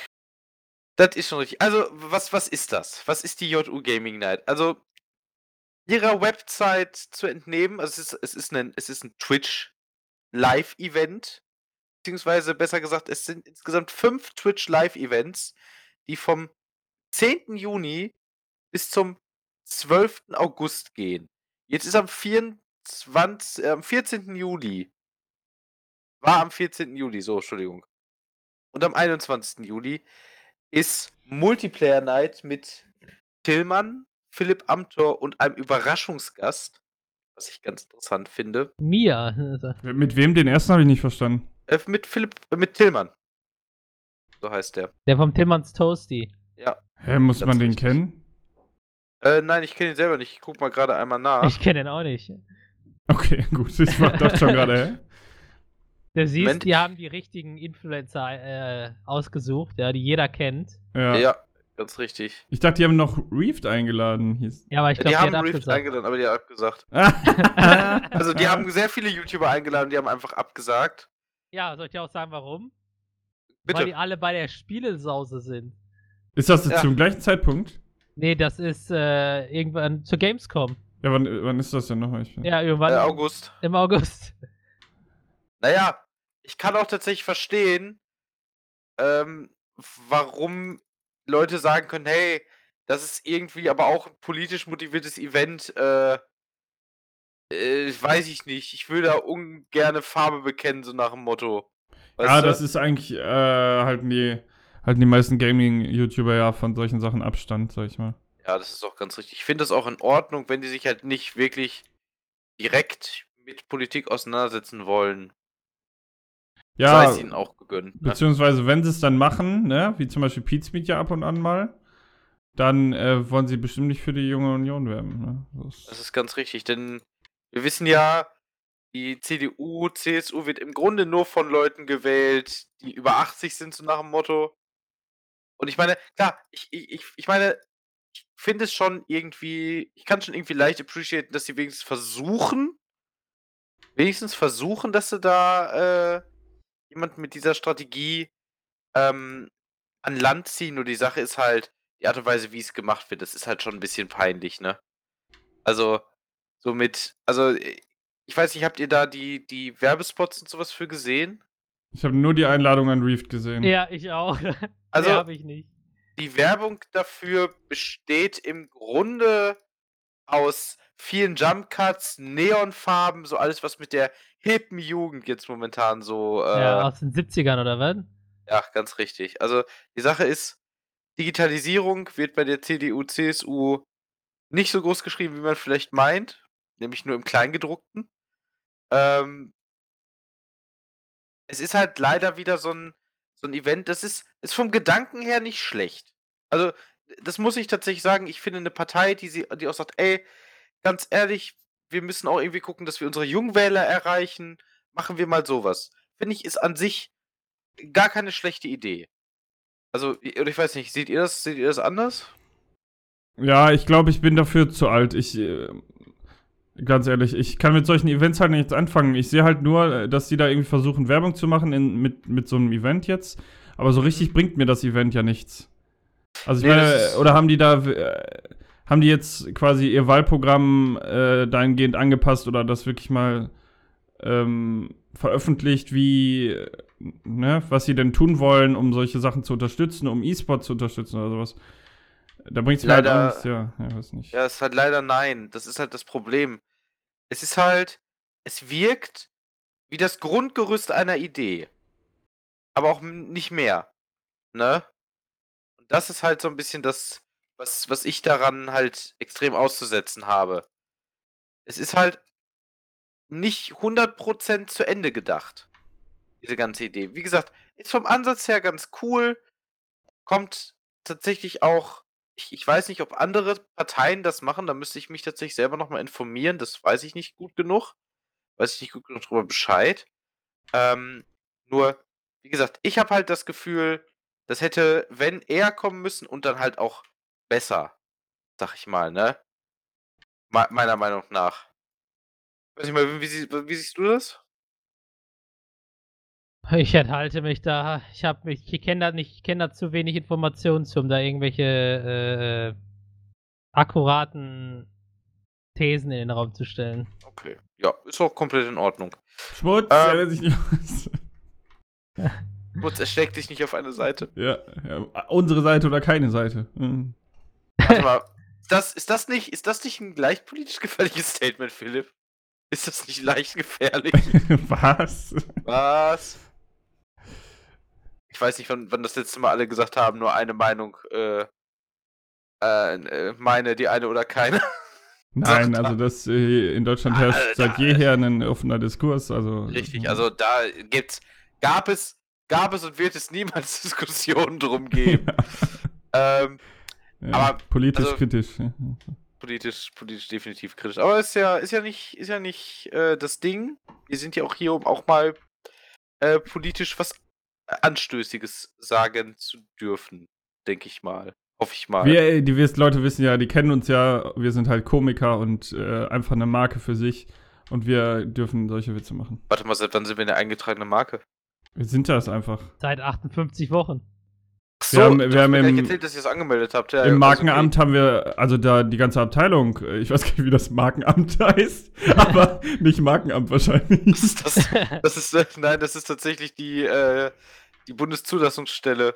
Das ist schon richtig. Also, was, was ist das? Was ist die J U Gaming Night? Also, ihrer Website zu entnehmen, also es ist, es ist ein, es ist ein Twitch-Live-Event, beziehungsweise besser gesagt, es sind insgesamt fünf Twitch-Live-Events, die vom zehnten Juni bis zum zwölften August gehen. Jetzt ist am vierundzwanzigsten, äh, am vierzehnten Juli. War am vierzehnten Juli, so, Entschuldigung. Und am einundzwanzigsten Juli ist Multiplayer Night mit Tillmann, Philipp Amthor und einem Überraschungsgast, was ich ganz interessant finde. Mia. Also, Mit wem den ersten habe ich nicht verstanden. Äh, mit Philipp, äh, mit Tillmann. So heißt der. der vom Tillmanns Toasty. Ja. Hä, muss Ganz man den richtig. kennen? Äh, nein, ich kenne ihn selber nicht. Ich guck mal gerade einmal nach. Ich kenne den auch nicht. Okay, gut. Ich dachte schon gerade, hä? Du siehst, Moment. die haben die richtigen Influencer äh, ausgesucht, ja, die jeder kennt. Ja. Ja, ganz richtig. Ich dachte, die haben noch Reefed eingeladen. Hieß. Ja, aber ich Ja, glaube, die haben hat Rift abgesagt. eingeladen, aber die haben abgesagt. also, Also die haben sehr viele YouTuber eingeladen, die haben einfach abgesagt. Ja, soll ich dir auch sagen, warum? Bitte. Weil die alle bei der Spielesause sind. Ist das jetzt Ja. zum gleichen Zeitpunkt? Nee, das ist äh, irgendwann zur Gamescom. Ja, wann, wann ist das denn nochmal? Ich- Ja, irgendwann Äh, August. im August. Naja, ich kann auch tatsächlich verstehen, ähm, warum Leute sagen können, hey, das ist irgendwie aber auch ein politisch motiviertes Event, äh, äh, weiß ich nicht. Ich will da ungerne Farbe bekennen, so nach dem Motto. Weißt Ja, du? das ist eigentlich, äh, halten die, halten die meisten Gaming-YouTuber ja von solchen Sachen Abstand, sag ich mal. Ja, das ist auch ganz richtig. Ich finde das auch in Ordnung, wenn die sich halt nicht wirklich direkt mit Politik auseinandersetzen wollen. Ja, Sei es ihnen auch gegönnt. Ne? beziehungsweise wenn sie es dann machen, ne, wie zum Beispiel Pete's Meet ja ab und an mal, dann äh, wollen sie bestimmt nicht für die junge Union werben. Ne? Das Das ist ganz richtig, denn wir wissen ja, die C D U, C S U wird im Grunde nur von Leuten gewählt, die über achtzig sind, so nach dem Motto. Und ich meine, klar, ich, ich, ich- ich meine, ich finde es schon irgendwie, ich kann schon irgendwie leicht appreciaten, dass sie wenigstens versuchen, wenigstens versuchen, dass sie da äh, jemanden mit dieser Strategie ähm, an Land ziehen. Nur die Sache ist halt, die Art und Weise, wie es gemacht wird, das ist halt schon ein bisschen peinlich, ne? Also, so mit, also, äh, ich weiß nicht, habt ihr da die, die Werbespots und sowas für gesehen? ich habe nur die Einladung an Reefed gesehen. Ja, ich auch. Also- Nee, hab ich nicht. Die Werbung dafür besteht im Grunde aus vielen Jumpcuts, Neonfarben, so alles, was mit der hippen Jugend jetzt momentan so, äh, Ja, aus den siebzigern oder was? ja, ganz richtig. Also, die Sache ist, Digitalisierung wird bei der C D U, C S U nicht so groß geschrieben, wie man vielleicht meint, nämlich nur im Kleingedruckten. Ähm, es ist halt leider wieder so ein, so ein Event, das ist, ist vom Gedanken her nicht schlecht. Also, das muss ich tatsächlich sagen, ich finde eine Partei, die, sie, die auch sagt, ey, ganz ehrlich, wir müssen auch irgendwie gucken, dass wir unsere Jungwähler erreichen, machen wir mal sowas. Finde ich, ist an sich gar keine schlechte Idee. Also, i- oder ich weiß nicht, seht ihr das, seht ihr das anders? Ja, ich glaube, ich bin dafür zu alt. Ich, äh, ganz ehrlich, ich kann mit solchen Events halt nichts anfangen. Ich sehe halt nur, äh, dass die da irgendwie versuchen, Werbung zu machen in, mit, mit so einem Event jetzt. Aber so richtig bringt mir das Event ja nichts. Also ich Nee, meine, das ist- oder haben die da, äh, haben die jetzt quasi ihr Wahlprogramm äh, dahingehend angepasst oder das wirklich mal ähm, veröffentlicht, wie, äh, ne, was sie denn tun wollen, um solche Sachen zu unterstützen, um E-Sport zu unterstützen oder sowas. Da bringt's mir halt auch Leider- nichts, ja, ja, weiß nicht. Ja, es ist halt leider nein. Das ist halt das Problem. Es ist halt, es wirkt wie das Grundgerüst einer Idee. Aber auch m- nicht mehr. Ne? Und das ist halt so ein bisschen das, was, was ich daran halt extrem auszusetzen habe. Es ist halt nicht hundert Prozent zu Ende gedacht. Diese ganze Idee. Wie gesagt, ist vom Ansatz her ganz cool. Kommt tatsächlich auch. Ich, ich weiß nicht, ob andere Parteien das machen. Da müsste ich mich tatsächlich selber nochmal informieren. Das weiß ich nicht gut genug. Weiß ich nicht gut genug darüber Bescheid. Ähm, nur, wie gesagt, ich habe halt das Gefühl, das hätte, wenn eher kommen müssen und dann halt auch besser, sag ich mal, ne? Me meiner Meinung nach. Weiß nicht mal, wie, sie- wie siehst du das? Ich enthalte mich da. Ich habe mich, ich kenne da nicht, ich kenne da zu wenig Informationen zu, um da irgendwelche äh, akkuraten Thesen in den Raum zu stellen. Okay. Ja, ist auch komplett in Ordnung. Schmutz, Ähm. er will sich nicht aus. Kurz, er schlägt dich nicht auf eine Seite. Ja, ja, unsere Seite oder keine Seite. Mhm. Warte mal. Ist das, ist das nicht, ist das nicht ein leicht politisch gefährliches Statement, Philipp? Ist das nicht leicht gefährlich? Was? Was? Ich weiß nicht, wann, wann das letzte Mal alle gesagt haben, nur eine Meinung, äh, äh, äh, meine, die eine oder keine. Nein, Sagt er. also das äh, in Deutschland herrscht Alter. seit jeher ein offener Diskurs. Also Richtig, also da gibt's, gab es, gab es und wird es niemals Diskussionen drum geben. ähm, ja, aber, politisch also- kritisch. Ja. politisch, politisch definitiv kritisch. Aber ist ja, ist ja nicht, ist ja nicht äh, das Ding. Wir sind ja auch hier, um auch mal äh, politisch was Anstößiges sagen zu dürfen, denke ich mal. Hoffe ich mal. Wir, äh, die wiss- Leute wissen ja, die kennen uns ja, wir sind halt Komiker und äh, einfach eine Marke für sich und wir dürfen solche Witze machen. Warte mal, seit wann sind wir eine eingetragene Marke? Wir sind das einfach. Seit achtundfünfzig Wochen. Ach Wir haben- du wir hast haben mir gar nicht im- erzählt, dass ihr das angemeldet habt. Ja, Im also, Markenamt haben wir, also da die ganze Abteilung, äh, ich weiß gar nicht, wie das Markenamt heißt, aber nicht Markenamt wahrscheinlich. Was ist das? Das ist, äh, nein, das ist tatsächlich die, äh, die Bundeszulassungsstelle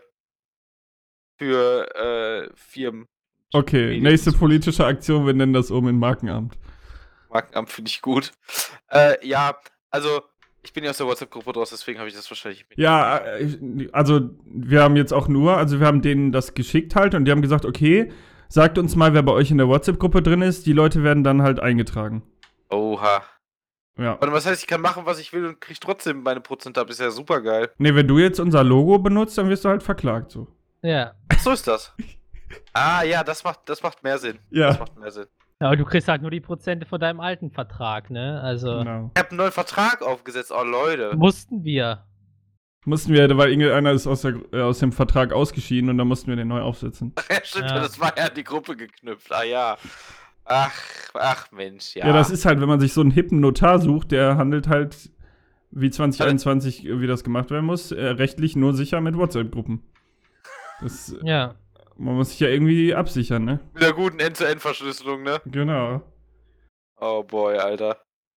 für äh, Firmen. Okay, Medien- nächste politische Aktion, wir nennen das um in Markenamt. Markenamt finde ich gut. Äh, ja, also ich bin ja aus der WhatsApp-Gruppe draus, deswegen habe ich das wahrscheinlich mit. Ja, äh, ich- also wir haben jetzt auch nur, also wir haben denen das geschickt halt und die haben gesagt, okay, sagt uns mal, wer bei euch in der WhatsApp-Gruppe drin ist, die Leute werden dann halt eingetragen. Oha. Ja. Warte, was heißt, ich kann machen, was ich will und krieg trotzdem meine Prozent ab. Ist ja super geil. Ne, wenn du jetzt unser Logo benutzt, dann wirst du halt verklagt, so. Ja. So ist das. Ah, ja, das macht, das macht mehr Sinn. Ja. Das macht mehr Sinn. Ja, aber du kriegst halt nur die Prozente von deinem alten Vertrag, ne? Also Genau. Ich habe einen neuen Vertrag aufgesetzt. Oh, Leute. mussten wir. Mussten wir, weil irgendeiner ist aus, der, äh, aus dem Vertrag ausgeschieden und dann mussten wir den neu aufsetzen. Ja, stimmt, Ja. das war ja an die Gruppe geknüpft. Ah, ja. Ach, ach, Mensch, ja. Ja, das ist halt, wenn man sich so einen hippen Notar sucht, der handelt halt, wie zwanzig einundzwanzig, wie das gemacht werden muss, äh, rechtlich nur sicher mit WhatsApp-Gruppen. Das, Ja. man muss sich ja irgendwie absichern, ne? Mit der guten End-to-End-Verschlüsselung, ne? Genau. Oh boy, Alter.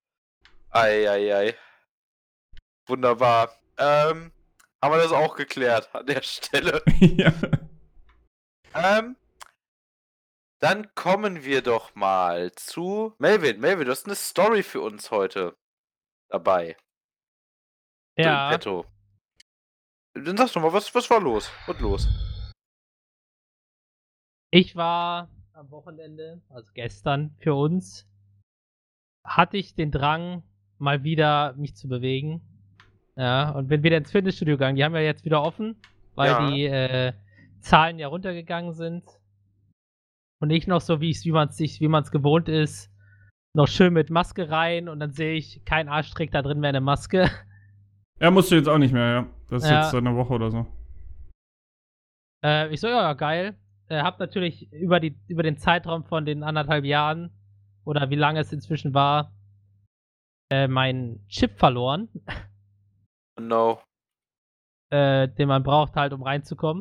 Eieiei. Wunderbar. Ähm, haben wir das auch geklärt an der Stelle. ja. Ähm, dann kommen wir doch mal zu Melvin. Melvin, du hast eine Story für uns heute dabei. So im Ja. Petto. Dann sagst du mal, was, was war los? Und los. Ich war am Wochenende, also gestern für uns, hatte ich den Drang, mal wieder mich zu bewegen. Ja, und bin wieder ins Fitnessstudio gegangen. Die haben ja jetzt wieder offen, weil Ja. die äh, Zahlen ja runtergegangen sind. Und ich noch so, wie es, wie man es sich, wie man es gewohnt ist, noch schön mit Maske rein und dann sehe ich, kein Arsch trägt da drin mehr eine Maske. Er musste jetzt auch nicht mehr, ja. Das ist Ja. jetzt seit einer Woche oder so. Äh, ich so, ja, geil. Äh, hab natürlich über, die, über den Zeitraum von den anderthalb Jahren oder wie lange es inzwischen war, äh, meinen Chip verloren. No. äh, den man braucht halt, um reinzukommen.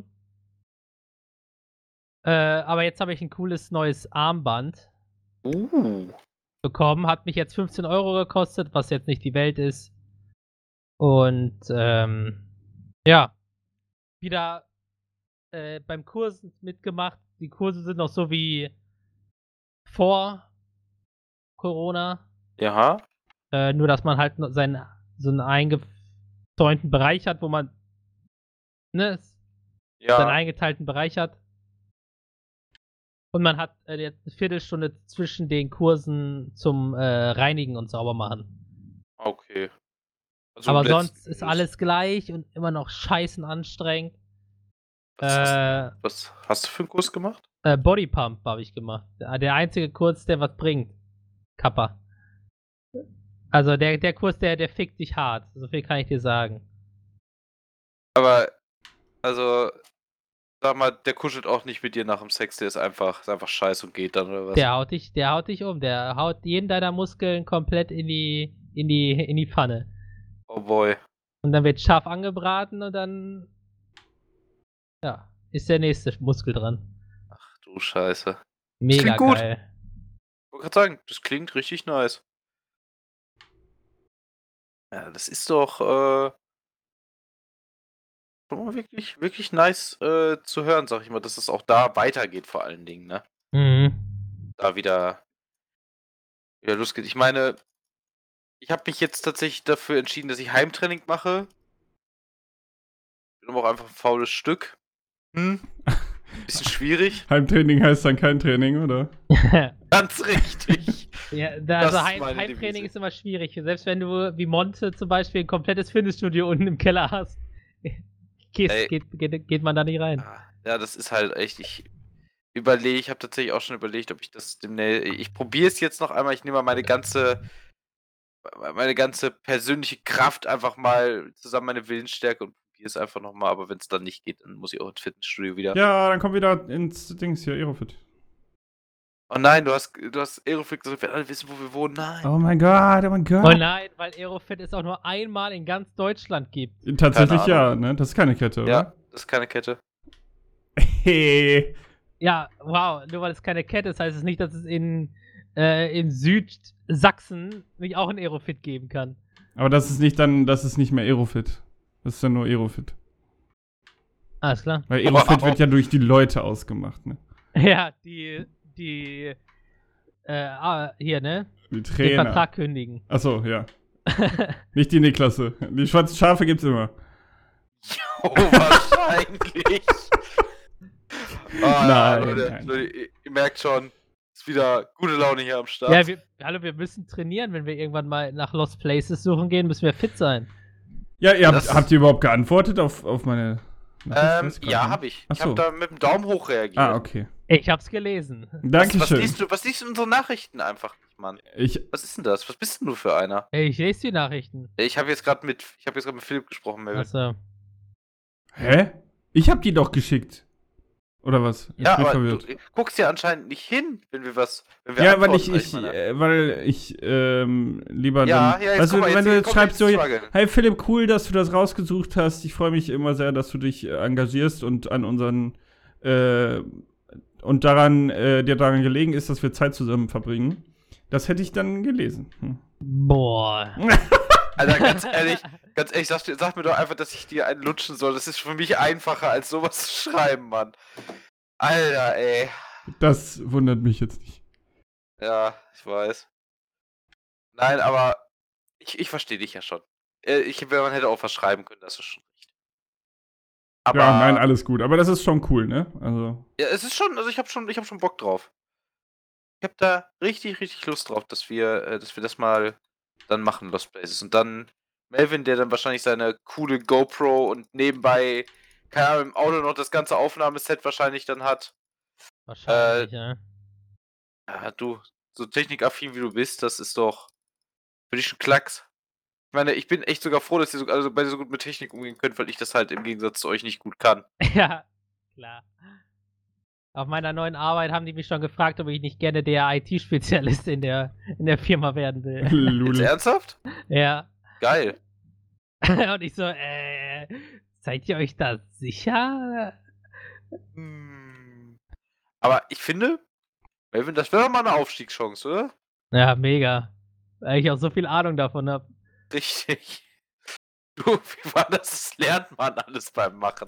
Äh, aber jetzt habe ich ein cooles neues Armband Uh. bekommen. Hat mich jetzt fünfzehn Euro gekostet, was jetzt nicht die Welt ist. Und ähm, ja, wieder äh, beim Kurs mitgemacht. Die Kurse sind noch so wie vor Corona. Ja. Äh, nur, dass man halt noch seinen, so einen eingezäunten Bereich hat, wo man ne, Ja. seinen eingeteilten Bereich hat. Und man hat äh, jetzt eine Viertelstunde zwischen den Kursen zum äh, Reinigen und Saubermachen. Okay. Also Aber letzten sonst ist Endes- alles gleich und immer noch scheißen anstrengend. Was, hast, Äh, was hast du für einen Kurs gemacht? äh, Bodypump habe ich gemacht. Der, der einzige Kurs, der was bringt. Kappa. Also der, der Kurs, der, der fickt dich hart. So viel kann ich dir sagen. Aber, also, sag mal, der kuschelt auch nicht mit dir nach dem Sex, der ist einfach, ist einfach scheiße und geht dann, oder was? Der haut dich, der haut dich um. Der haut jeden deiner Muskeln komplett in die, in die, in die Pfanne. Oh boy. Und dann wird scharf angebraten und dann ja, ist der nächste Muskel dran. Ach du Scheiße. Mega klingt gut. geil. Ich wollte gerade sagen, das klingt richtig nice. Ja, das ist doch, äh, schon mal wirklich, wirklich nice äh, zu hören, sag ich mal, dass es auch da weitergeht vor allen Dingen, ne? Mhm. Da wieder, wieder losgeht. Ich meine, ich habe mich jetzt tatsächlich dafür entschieden, dass ich Heimtraining mache. Bin aber auch einfach ein faules Stück. Hm. Bisschen schwierig. Heimtraining heißt dann kein Training, oder? Ganz richtig. Ja, da, Das also ist Heim, meine Heimtraining Devise. ist immer schwierig. Selbst wenn du wie Monte zum Beispiel ein komplettes Fitnessstudio unten im Keller hast, geht, Ey. geht, geht, geht man da nicht rein. Ja, das ist halt echt, ich überlege, ich habe tatsächlich auch schon überlegt, ob ich das demnächst, ich probiere es jetzt noch einmal, ich nehme mal meine ganze, meine ganze persönliche Kraft einfach mal zusammen, meine Willensstärke und probiere es einfach nochmal, aber wenn es dann nicht geht, dann muss ich auch ins Fitnessstudio wieder. Ja, dann komm wieder ins Dings hier, Aerofit. Oh nein, du hast, du hast Aerofit gesagt, wir alle wissen, wo wir wohnen, nein. Oh mein Gott, oh mein Gott. Oh nein, weil Aerofit es auch nur einmal in ganz Deutschland gibt. Tatsächlich Keine ja, ne? Das ist keine Kette, oder? Ja, das ist keine Kette. Hey. Ja, wow, nur weil es keine Kette ist, heißt es nicht, dass es in, äh, in Südsachsen nicht auch ein Aerofit geben kann. Aber das ist nicht dann, das ist nicht mehr Aerofit. Das ist dann nur Aerofit. Alles klar. Weil Aerofit Wow. wird ja durch die Leute ausgemacht, ne? Ja, die, die, äh, ah, hier, ne? Die Den Trainer. Vertrag kündigen. Achso, ja. Nicht die Niklasse. Die schwarzen Schafe gibt's immer. Oh, wahrscheinlich. Oh, ja, Nein, Leute, nein. Leute, ihr, ihr merkt schon, ist wieder gute Laune hier am Start. Ja, wir, hallo, wir müssen trainieren, wenn wir irgendwann mal nach Lost Places suchen gehen, müssen wir fit sein. Ja, ihr habt, Das- habt ihr überhaupt geantwortet auf, auf meine Nachricht? ähm, Weiß ich grad ja, nicht. habe ich. Ach Ich habe so. da mit dem Daumen hoch reagiert. Ah, okay. Ich hab's gelesen. Was, was, Dankeschön. liest du, was liest du in unsere Nachrichten einfach nicht, Mann? Ich, Was ist denn das? Was bist denn du für einer? Ey, ich lese die Nachrichten. Ich habe jetzt gerade mit, ich habe jetzt gerade mit Philipp gesprochen, Melvin. Achso. hä? Ich hab die doch geschickt. Oder was? Ich Ja, bin aber du verwirrt. guckst ja anscheinend nicht hin, wenn wir was, wenn wir Ja, weil ich, antworten, ich, meine. äh, weil ich, ähm, lieber Ja, dann, ja, jetzt weißt guck du, mal, wenn jetzt du jetzt kommt schreibst so, jetzt Struggle. hey Philipp, cool, dass du das rausgesucht hast, ich freue mich immer sehr, dass du dich äh, engagierst und an unseren, äh, und daran, äh, dir daran gelegen ist, dass wir Zeit zusammen verbringen. Das hätte ich dann gelesen. Hm. Boah. Alter, ganz ehrlich, ganz ehrlich, sag, sag mir doch einfach, dass ich dir einen lutschen soll. Das ist für mich einfacher, als sowas zu schreiben, Mann. Alter, ey. Das wundert mich jetzt nicht. Ja, ich weiß. Nein, aber ich, ich verstehe dich ja schon. Äh, Ich, man hätte auch was schreiben können, das ist schon recht. Aber Ja, nein, alles gut. Aber das ist schon cool, ne? Also, ja, es ist schon, also ich habe schon, ich habe schon Bock drauf. Ich habe da richtig, richtig Lust drauf, dass wir, äh, dass wir das mal dann machen, Lost Places. Und dann Melvin, der dann wahrscheinlich seine coole GoPro und nebenbei, keine Ahnung, im Auto noch das ganze Aufnahmeset wahrscheinlich dann hat. Wahrscheinlich, ja. Ja, du, so technikaffin wie du bist, das ist doch für dich schon Klacks. Ich meine, ich bin echt sogar froh, dass ihr so, also beide so gut mit Technik umgehen könnt, weil ich das halt im Gegensatz zu euch nicht gut kann. Ja, klar. Auf meiner neuen Arbeit haben die mich schon gefragt, ob ich nicht gerne der I T-Spezialist in der, in der Firma werden will. Jetzt Lul. ernsthaft? Ja. Geil. Und ich so, äh, seid ihr euch da sicher? Hm. Aber ich finde, Melvin, das wäre doch mal 'ne Aufstiegschance, oder? Ja, mega. Weil ich auch so viel Ahnung davon habe. Richtig. Du, wie war das? Das lernt man alles beim Machen.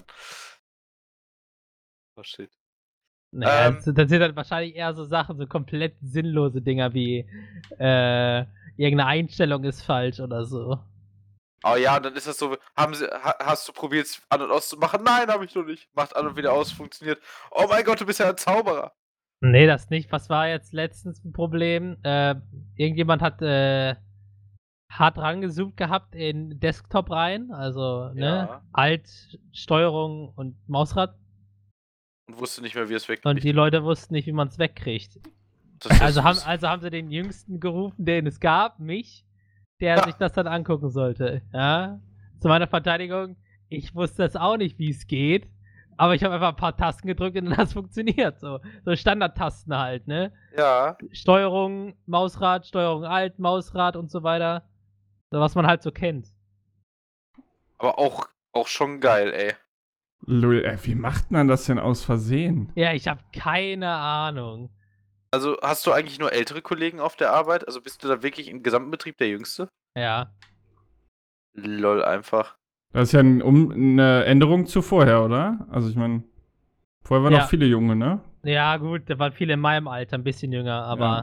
Oh shit. Naja, Ähm. das sind das sind dann wahrscheinlich eher so Sachen, so komplett sinnlose Dinger wie, äh, irgend 'ne Einstellung ist falsch oder so. Oh ja, und dann ist das so, haben sie ha hast du probiert's an und auszumachen? „Nein, habe ich noch nicht.“ Macht an und wieder aus, funktioniert. „Oh mein Gott, du bist ja 'n Zauberer.“ Ne, das nicht. Was war jetzt letztens 'n Problem? Äh, irgendjemand hat, äh, hart rangezoomt gehabt in Desktop rein, also, ne, Ja. Alt, Steuerung und Mausrad. Und wusste nicht mehr, wie er's Und wegkriegt. die Leute wussten nicht, wie man's wegkriegt. Das ist ja Also haben süß. also haben sie den Jüngsten gerufen, den es gab, mich, der Ja. sich das dann angucken sollte, ja? Zu meiner Verteidigung, ich wusste es auch nicht, wie's geht, aber ich habe einfach 'n paar Tasten gedrückt und dann hat's funktioniert, so. So Standardtasten halt, ne? Ja. Steuerung, Mausrad, Steuerung Alt, Mausrad und so weiter. So was man halt so kennt. Aber auch auch schon geil, ey. Lol, ey, wie macht man das denn aus Versehen? Ja, ich habe keine Ahnung. Also, hast du eigentlich nur ältere Kollegen auf der Arbeit? Also, bist du da wirklich im gesamten Betrieb der Jüngste? Ja. Lol, einfach. Das ist ja 'n um 'ne Änderung zu vorher, oder? Also, ich meine, vorher waren Ja. noch viele Junge, ne? Ja gut, da waren viele in meinem Alter, 'n bisschen jünger, aber Ja.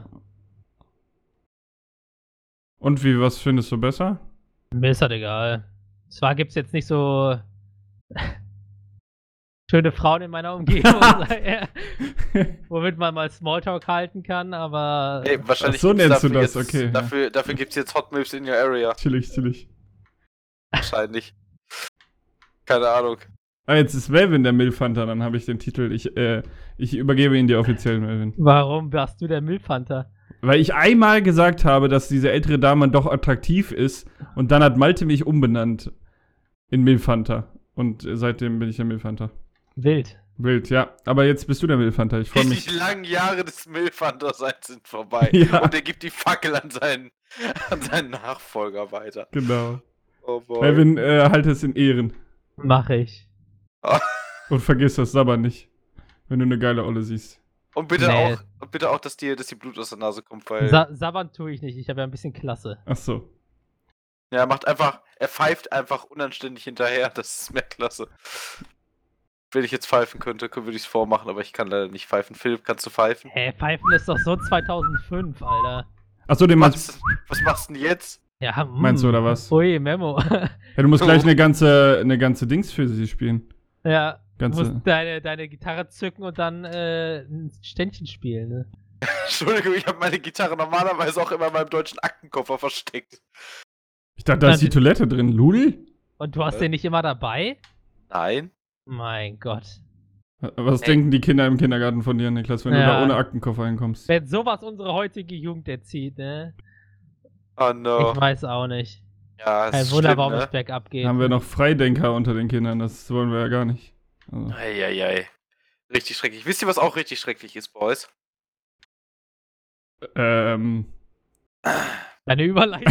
Und wie, was findest du besser? mir ist das egal. Zwar gibt's jetzt nicht so schöne Frauen in meiner Umgebung, womit man mal Smalltalk halten kann, aber Ey, wahrscheinlich Ach so, gibt's nennst du dafür das, jetzt okay, ja. dafür dafür gibt's jetzt Hot Milfs in your area. Chillig, chillig. Wahrscheinlich. Keine Ahnung. Ah, jetzt ist Melvin der Milfhunter, dann habe ich den Titel. Ich, äh, ich übergebe ihn dir offiziell, Melvin. Warum warst du der Milfhunter? Weil ich einmal gesagt habe, dass diese ältere Dame doch attraktiv ist und dann hat Malte mich umbenannt in Milfhunter. Und seitdem bin ich der Milfhunter. Wild. Wild, ja. Aber jetzt bist du der Milfhunter. Ich freue mich. Die langen Jahre des Milfhunter-Seins sind vorbei. Ja. Und er gibt die Fackel an seinen, an seinen Nachfolger weiter. Genau. Oh boy. Melvin, äh, halte es in Ehren. Mach ich. Und vergiss das Sabber nicht, wenn du eine geile Olle siehst. Und bitte Nee. auch, und bitte auch, dass dir, dass dir Blut aus der Nase kommt, weil. Sa sabbern tue ich nicht, ich habe ja ein bisschen Klasse. Ach so. Ja, er macht einfach, er pfeift einfach unanständig hinterher, das ist mehr klasse. Wenn ich jetzt pfeifen könnte, würde ich es vormachen, aber ich kann leider nicht pfeifen. Philipp, kannst du pfeifen? Hä, Pfeifen ist doch so zweitausendfünf, Alter. Ach so, den meinst Was, was machst du denn jetzt? Ja, mm. Meinst du, oder was? Ui, Memo. Ja, du musst gleich eine ganze, eine ganze Dings für sie spielen. Ja, Ganze- du musst deine, deine Gitarre zücken und dann äh, ein Ständchen spielen, ne? Entschuldigung, ich habe meine Gitarre normalerweise auch immer in meinem deutschen Aktenkoffer versteckt. Ich dachte, da ist die Dann- Toilette drin. Lul? Und du hast Äh? den nicht immer dabei? Nein. Mein Gott. Was Ey. denken die Kinder im Kindergarten von dir, Niklas, wenn du Ja. da ohne Aktenkoffer hinkommst? Wenn sowas unsere heutige Jugend erzieht, ne? Oh no. Ich weiß auch nicht. Ja, Kein ist Wunder, schlimm, warum es ne? bergab geht. Haben wir noch Freidenker unter den Kindern, das wollen wir ja gar nicht. Also. Eieiei. Richtig schrecklich. Wisst ihr, was auch richtig schrecklich ist, Boys? Ähm. Deine Überleitung.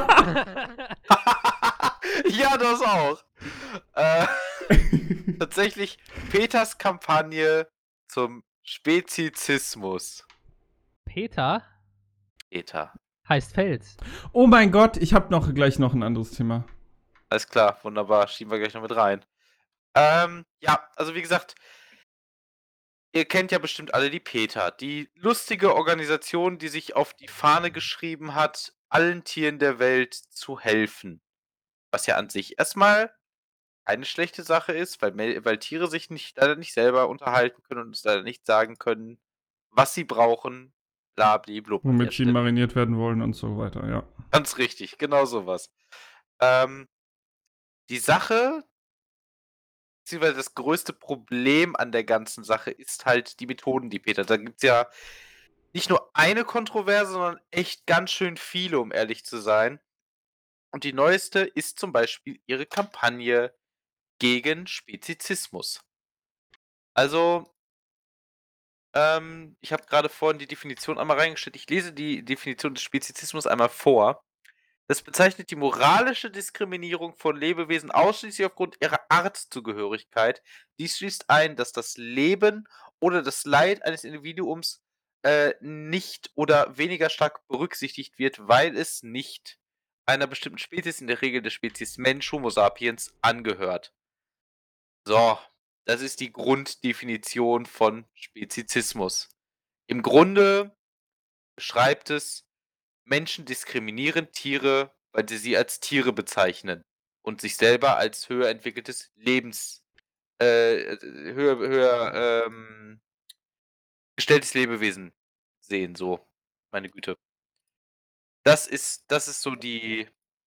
Ja, das auch. Äh, tatsächlich Peters Kampagne zum Spezizismus. Peter Peter. heißt Fels. Oh mein Gott, ich habe noch gleich noch ein anderes Thema. Alles klar, wunderbar. Schieben wir gleich noch mit rein. Ähm, ja, also wie gesagt, ihr kennt ja bestimmt alle die PETA. Die lustige Organisation, die sich auf die Fahne geschrieben hat, allen Tieren der Welt zu helfen. Was ja an sich erstmal eine schlechte Sache ist, weil, Mel- weil Tiere sich nicht, leider nicht selber unterhalten können und uns leider nicht sagen können, was sie brauchen. Blablablub. an der Womit sie Stelle. mariniert werden wollen und so weiter, ja. Ganz richtig, genau sowas. Ähm, die Sache, beziehungsweise das größte Problem an der ganzen Sache ist halt die Methoden, die Peter. Da gibt es ja nicht nur eine Kontroverse, sondern echt ganz schön viele, um ehrlich zu sein. Und die neueste ist zum Beispiel ihre Kampagne gegen Spezizismus. Also, ähm, ich habe gerade vorhin die Definition einmal reingestellt. Ich lese die Definition des Spezizismus einmal vor. Das bezeichnet die moralische Diskriminierung von Lebewesen ausschließlich aufgrund ihrer Artzugehörigkeit. Dies schließt ein, dass das Leben oder das Leid eines Individuums äh, nicht oder weniger stark berücksichtigt wird, weil es nicht einer bestimmten Spezies, in der Regel der Spezies Mensch, Homo sapiens, angehört. So, das ist die Grunddefinition von Spezizismus. Im Grunde beschreibt es, Menschen diskriminieren Tiere, weil sie sie als Tiere bezeichnen und sich selber als höher entwickeltes Lebens äh, höher höher, ähm, gestelltes Lebewesen sehen, so. Meine Güte. Das ist das ist so die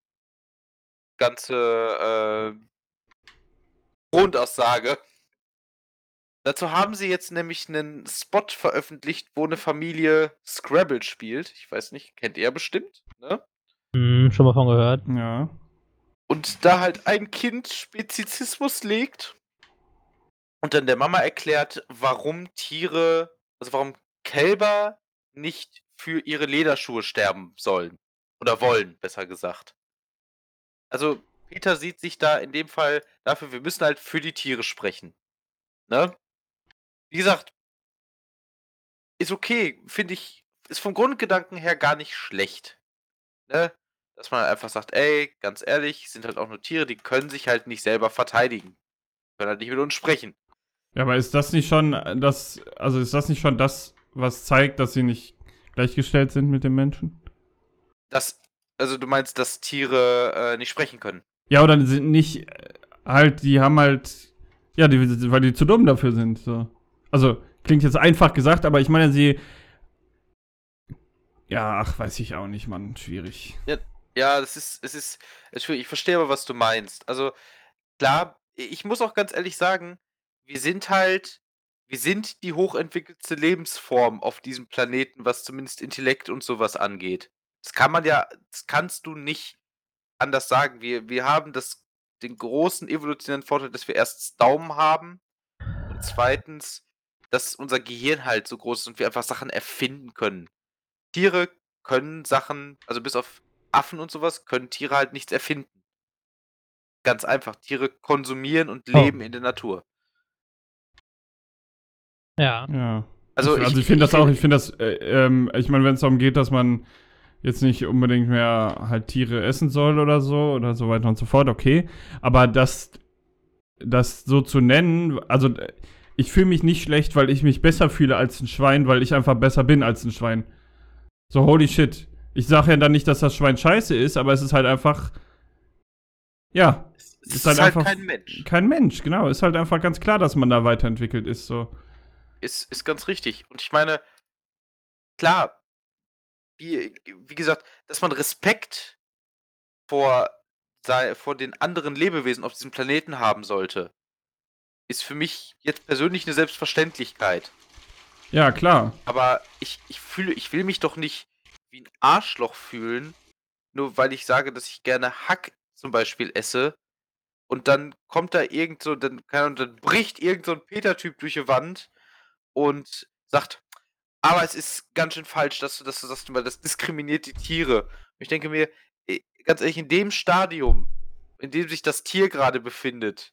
ganze, äh, Grundaussage. Dazu haben sie jetzt nämlich 'nen Spot veröffentlicht, wo 'ne Familie Scrabble spielt. Ich weiß nicht, kennt ihr ja bestimmt, ne? Mhm, schon mal von gehört. Ja. Und da halt ein Kind Spezizismus legt und dann der Mama erklärt, warum Tiere also warum Kälber nicht für ihre Lederschuhe sterben sollen. Oder wollen, besser gesagt. Also, Peter sieht sich da in dem Fall dafür wir müssen halt für die Tiere sprechen, ne? Wie gesagt ist okay, finde ich ist vom Grundgedanken her gar nicht schlecht, ne? Dass man einfach sagt: „Ey, ganz ehrlich, sind halt auch nur Tiere, die können sich halt nicht selber verteidigen. Können halt nicht mit uns sprechen.“ Ja, aber ist das nicht schon äh, das, also ist das nicht schon das, was zeigt, dass sie nicht gleichgestellt sind mit den Menschen? Das also du meinst, dass Tiere, äh, nicht sprechen können? Ja, oder sind nicht äh, halt, die haben halt, ja, die, weil die zu dumm dafür sind, so. Also, klingt jetzt einfach gesagt, aber ich meine, sie, ja, ach, weiß ich auch nicht, Mann, schwierig. Ja, ja, das ist es ist es schwierig. Ich verstehe aber, was du meinst. Also, klar, i ich muss auch ganz ehrlich sagen, wir sind halt wir sind die hochentwickelste Lebensform auf diesem Planeten, was zumindest Intellekt und so was angeht. Das kann man ja das kannst du nicht anders sagen. Wir wir haben das den großen evolutionären Vorteil, dass wir erstens Daumen haben und zweitens, dass unser Gehirn halt so groß ist und wir einfach Sachen erfinden können. Tiere können Sachen also bis auf Affen und so was, können Tiere halt nichts erfinden. Ganz einfach. Tiere konsumieren und Oh. leben in der Natur. Ja. Ja. Also, Ich, ich also ich ich finde ich das auch, will ich finde das, äh, ähm, ich meine, wenn es darum geht, dass man jetzt nicht unbedingt mehr halt Tiere essen soll oder so oder so weiter und so fort, okay. Aber das, das so zu nennen, also äh, ich fühle mich nicht schlecht, weil ich mich besser fühle als ein Schwein, weil ich einfach besser bin als ein Schwein. So, holy shit. Ich sage ja dann nicht, dass das Schwein scheiße ist, aber es ist halt einfach, ja, es ist ist halt halt einfach kein Mensch. kein Mensch, genau. Ist halt einfach ganz klar, dass man da weiterentwickelt ist, so. Ist ist ganz richtig. Und ich meine, klar, wie wie gesagt, dass man Respekt vor sei vor den anderen Lebewesen auf diesem Planeten haben sollte, ist für mich jetzt persönlich 'ne Selbstverständlichkeit. Ja, klar. Aber ich ich fühle ich will mich doch nicht wie 'n Arschloch fühlen, nur weil ich sage, dass ich gerne Hack zum Beispiel esse und dann kommt da irgend so dann keine Ahnung, dann bricht irgend so 'n Peter-Typ durch die Wand und sagt: „Aber es ist ganz schön falsch, dass du das so sagst, weil das diskriminiert die Tiere.“ Und ich denke mir, äh, ganz ehrlich, in dem Stadium, in dem sich das Tier grade befindet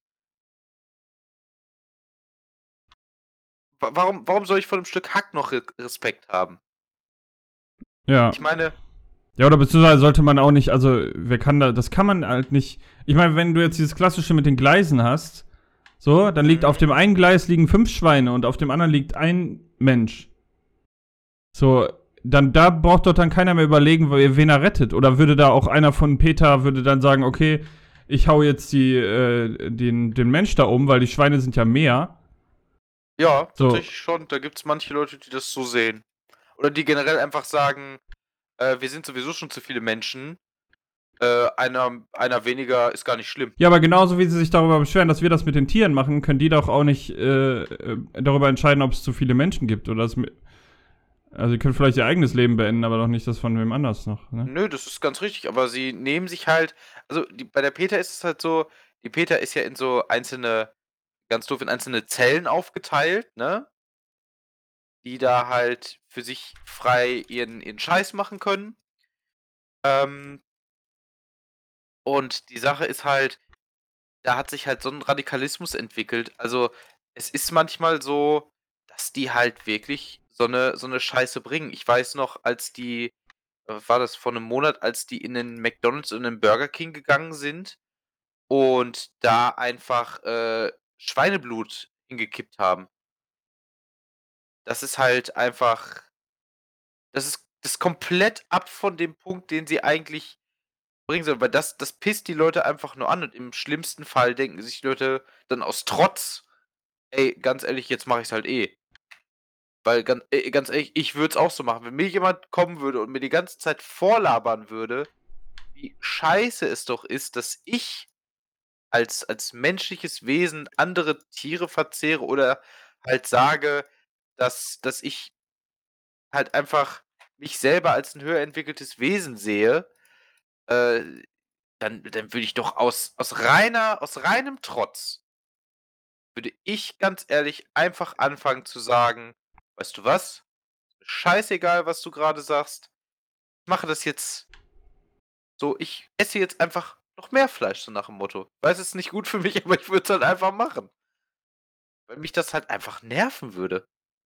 wa warum warum soll ich vor 'nem Stück Hack noch Re Respekt haben? Ja. Ich meine Ja, oder beziehungsweise sollte man auch nicht, also wer kann da, das kann man halt nicht. Ich meine, wenn du jetzt dieses klassische mit den Gleisen hast, so, dann liegt Mhm. auf dem einen Gleis liegen fünf Schweine und auf dem anderen liegt ein Mensch. So, dann da braucht doch dann keiner mehr überlegen, we- wen er rettet. Oder würde da auch einer von Peter würde dann sagen, okay, ich hau jetzt die, äh, den, den Mensch da um, weil die Schweine sind ja mehr. Ja, So. tatsächlich schon. Da gibt's manche Leute, die das so sehen. Oder die generell einfach sagen, äh, wir sind sowieso schon zu viele Menschen. Äh, einer einer weniger ist gar nicht schlimm. Ja, aber genauso wie sie sich darüber beschweren, dass wir das mit den Tieren machen, können die doch auch nicht äh, äh, darüber entscheiden, ob es zu viele Menschen gibt. Oder es, mi- also, sie können vielleicht ihr eigenes Leben beenden, aber doch nicht das von wem anders noch. Ne? Nö, das ist ganz richtig, aber sie nehmen sich halt also, die bei der Peter ist es halt so, die Peter ist ja in so einzelne ganz doof, in einzelne Zellen aufgeteilt, ne? Die da halt für sich frei ihren ihren Scheiß machen können. Ähm Und die Sache ist halt, da hat sich halt so ein Radikalismus entwickelt. Also, es ist manchmal so, dass die halt wirklich so eine so 'ne Scheiße bringen. Ich weiß noch, als die äh, war das vor einem Monat, als die in den McDonald's und in den Burger King gegangen sind und da einfach, äh, Schweineblut hingekippt haben. Das ist halt einfach das ist das ist komplett ab von dem Punkt, den sie eigentlich bringen sollen, weil das das pisst die Leute einfach nur an und im schlimmsten Fall denken sich die Leute dann aus Trotz: „Ey, ganz ehrlich, jetzt mache ich's halt eh.“ Weil gan äh, ganz ehrlich, ich würde es auch so machen. Wenn mir jemand kommen würde und mir die ganze Zeit vorlabern würde, wie scheiße es doch ist, dass ich als als menschliches Wesen andere Tiere verzehre oder halt sage, dass dass ich halt einfach mich selber als 'n höher entwickeltes Wesen sehe, äh, dann dann würde ich doch aus aus reiner aus reinem Trotz würde ich ganz ehrlich einfach anfangen zu sagen: „Weißt du was? Scheißegal, was du grade sagst. Ich mache das jetzt so, ich esse jetzt einfach noch mehr Fleisch“, so nach dem Motto. Weiß, es ist nicht gut für mich, aber ich würde es halt einfach machen, weil mich das halt einfach nerven würde.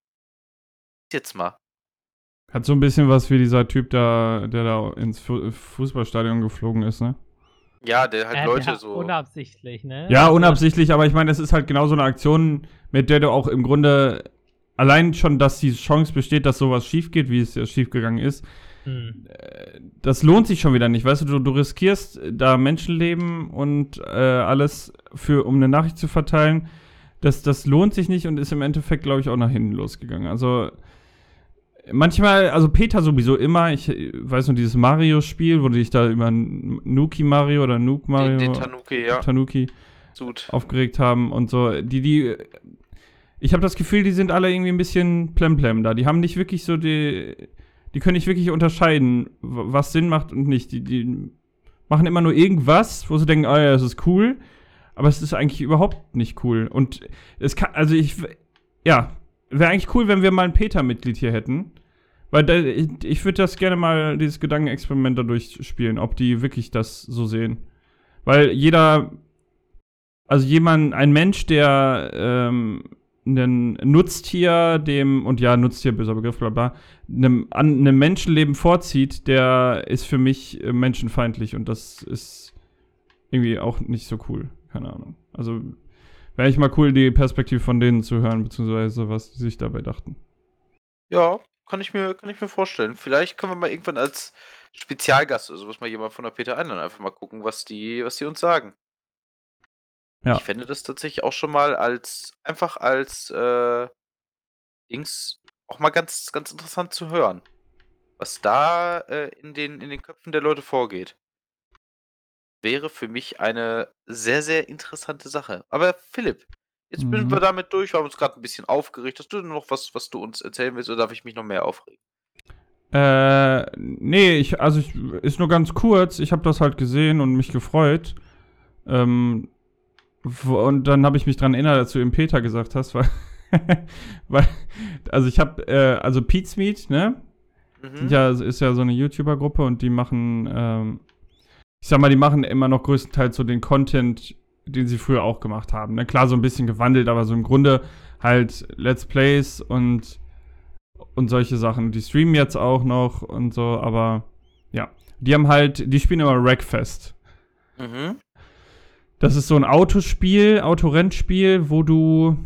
Jetzt mal. Hat so ein bisschen was wie dieser Typ da, der da ins Fu Fußballstadion geflogen ist, ne? Ja, der halt Äh, Leute der so unabsichtlich, ne? Ja, Also, unabsichtlich, aber ich meine, das ist halt genau so eine Aktion, mit der du auch im Grunde allein schon, dass die Chance besteht, dass sowas schief geht, wie es ja schiefgegangen ist, hm. äh, das lohnt sich schon wieder nicht. Weißt du, du, du riskierst da Menschenleben und äh, alles für, um eine Nachricht zu verteilen. Das, das lohnt sich nicht und ist im Endeffekt, glaube ich, auch nach hinten losgegangen. Also manchmal, also Peter sowieso immer, ich weiß noch, dieses Mario-Spiel, wo du dich da über Nuki Mario oder Nuke Mario, den den Tanuki, ja. Tanuki Sud. aufgeregt haben und so. Die, die, ich habe das Gefühl, die sind alle irgendwie ein bisschen plemplem da. Die haben nicht wirklich so die, die können nicht wirklich unterscheiden, was Sinn macht und nicht. Die, die machen immer nur irgendwas, wo sie denken, oh ja, das ist cool, aber es ist eigentlich überhaupt nicht cool. Und es kann, also ich, ja, wäre eigentlich cool, wenn wir mal ein Peter-Mitglied hier hätten. Weil da, ich, ich würde das gerne mal, dieses Gedankenexperiment da durchspielen, ob die wirklich das so sehen. Weil jeder, also jemand, ein Mensch, der ähm, ein Nutztier dem, und ja, Nutztier, böser Begriff, bla bla, einem, an, einem Menschenleben vorzieht, der ist für mich äh, menschenfeindlich und das ist irgendwie auch nicht so cool. Keine Ahnung. Also wäre echt mal cool, die Perspektive von denen zu hören, beziehungsweise was die sich dabei dachten. Ja, kann ich mir kann ich mir vorstellen. Vielleicht können wir mal irgendwann als Spezialgast oder so was mal jemand von der Peter einladen, einfach mal gucken, was die was die uns sagen. Ja. Ich fände das tatsächlich auch schon mal als einfach als, äh, Dings auch mal ganz ganz interessant zu hören, was da, äh, in den in den Köpfen der Leute vorgeht. Wäre für mich eine sehr, sehr interessante Sache. Aber Philipp, jetzt sind wir Mhm. damit durch. Wir haben uns gerade ein bisschen aufgeregt. Hast du denn noch was, was du uns erzählen willst, oder darf ich mich noch mehr aufregen? Äh, nee, ich, also ich, ist nur ganz kurz. Ich habe das halt gesehen und mich gefreut. Ähm, wo, und dann habe ich mich dran erinnert, als du eben Peter gesagt hast, weil, weil also ich habe, äh, also Pete's Meat, ne? Mhm. Sind ja, ist ja so eine YouTuber-Gruppe und die machen, ähm, ich sag mal, die machen immer noch größtenteils so den Content, den sie früher auch gemacht haben. Ne? Klar, so ein bisschen gewandelt, aber so im Grunde halt Let's Plays und und solche Sachen. Die streamen jetzt auch noch und so, aber ja. Die haben halt, die spielen immer Wreckfest. Mhm. Das ist so ein Autospiel, Autorennspiel, wo du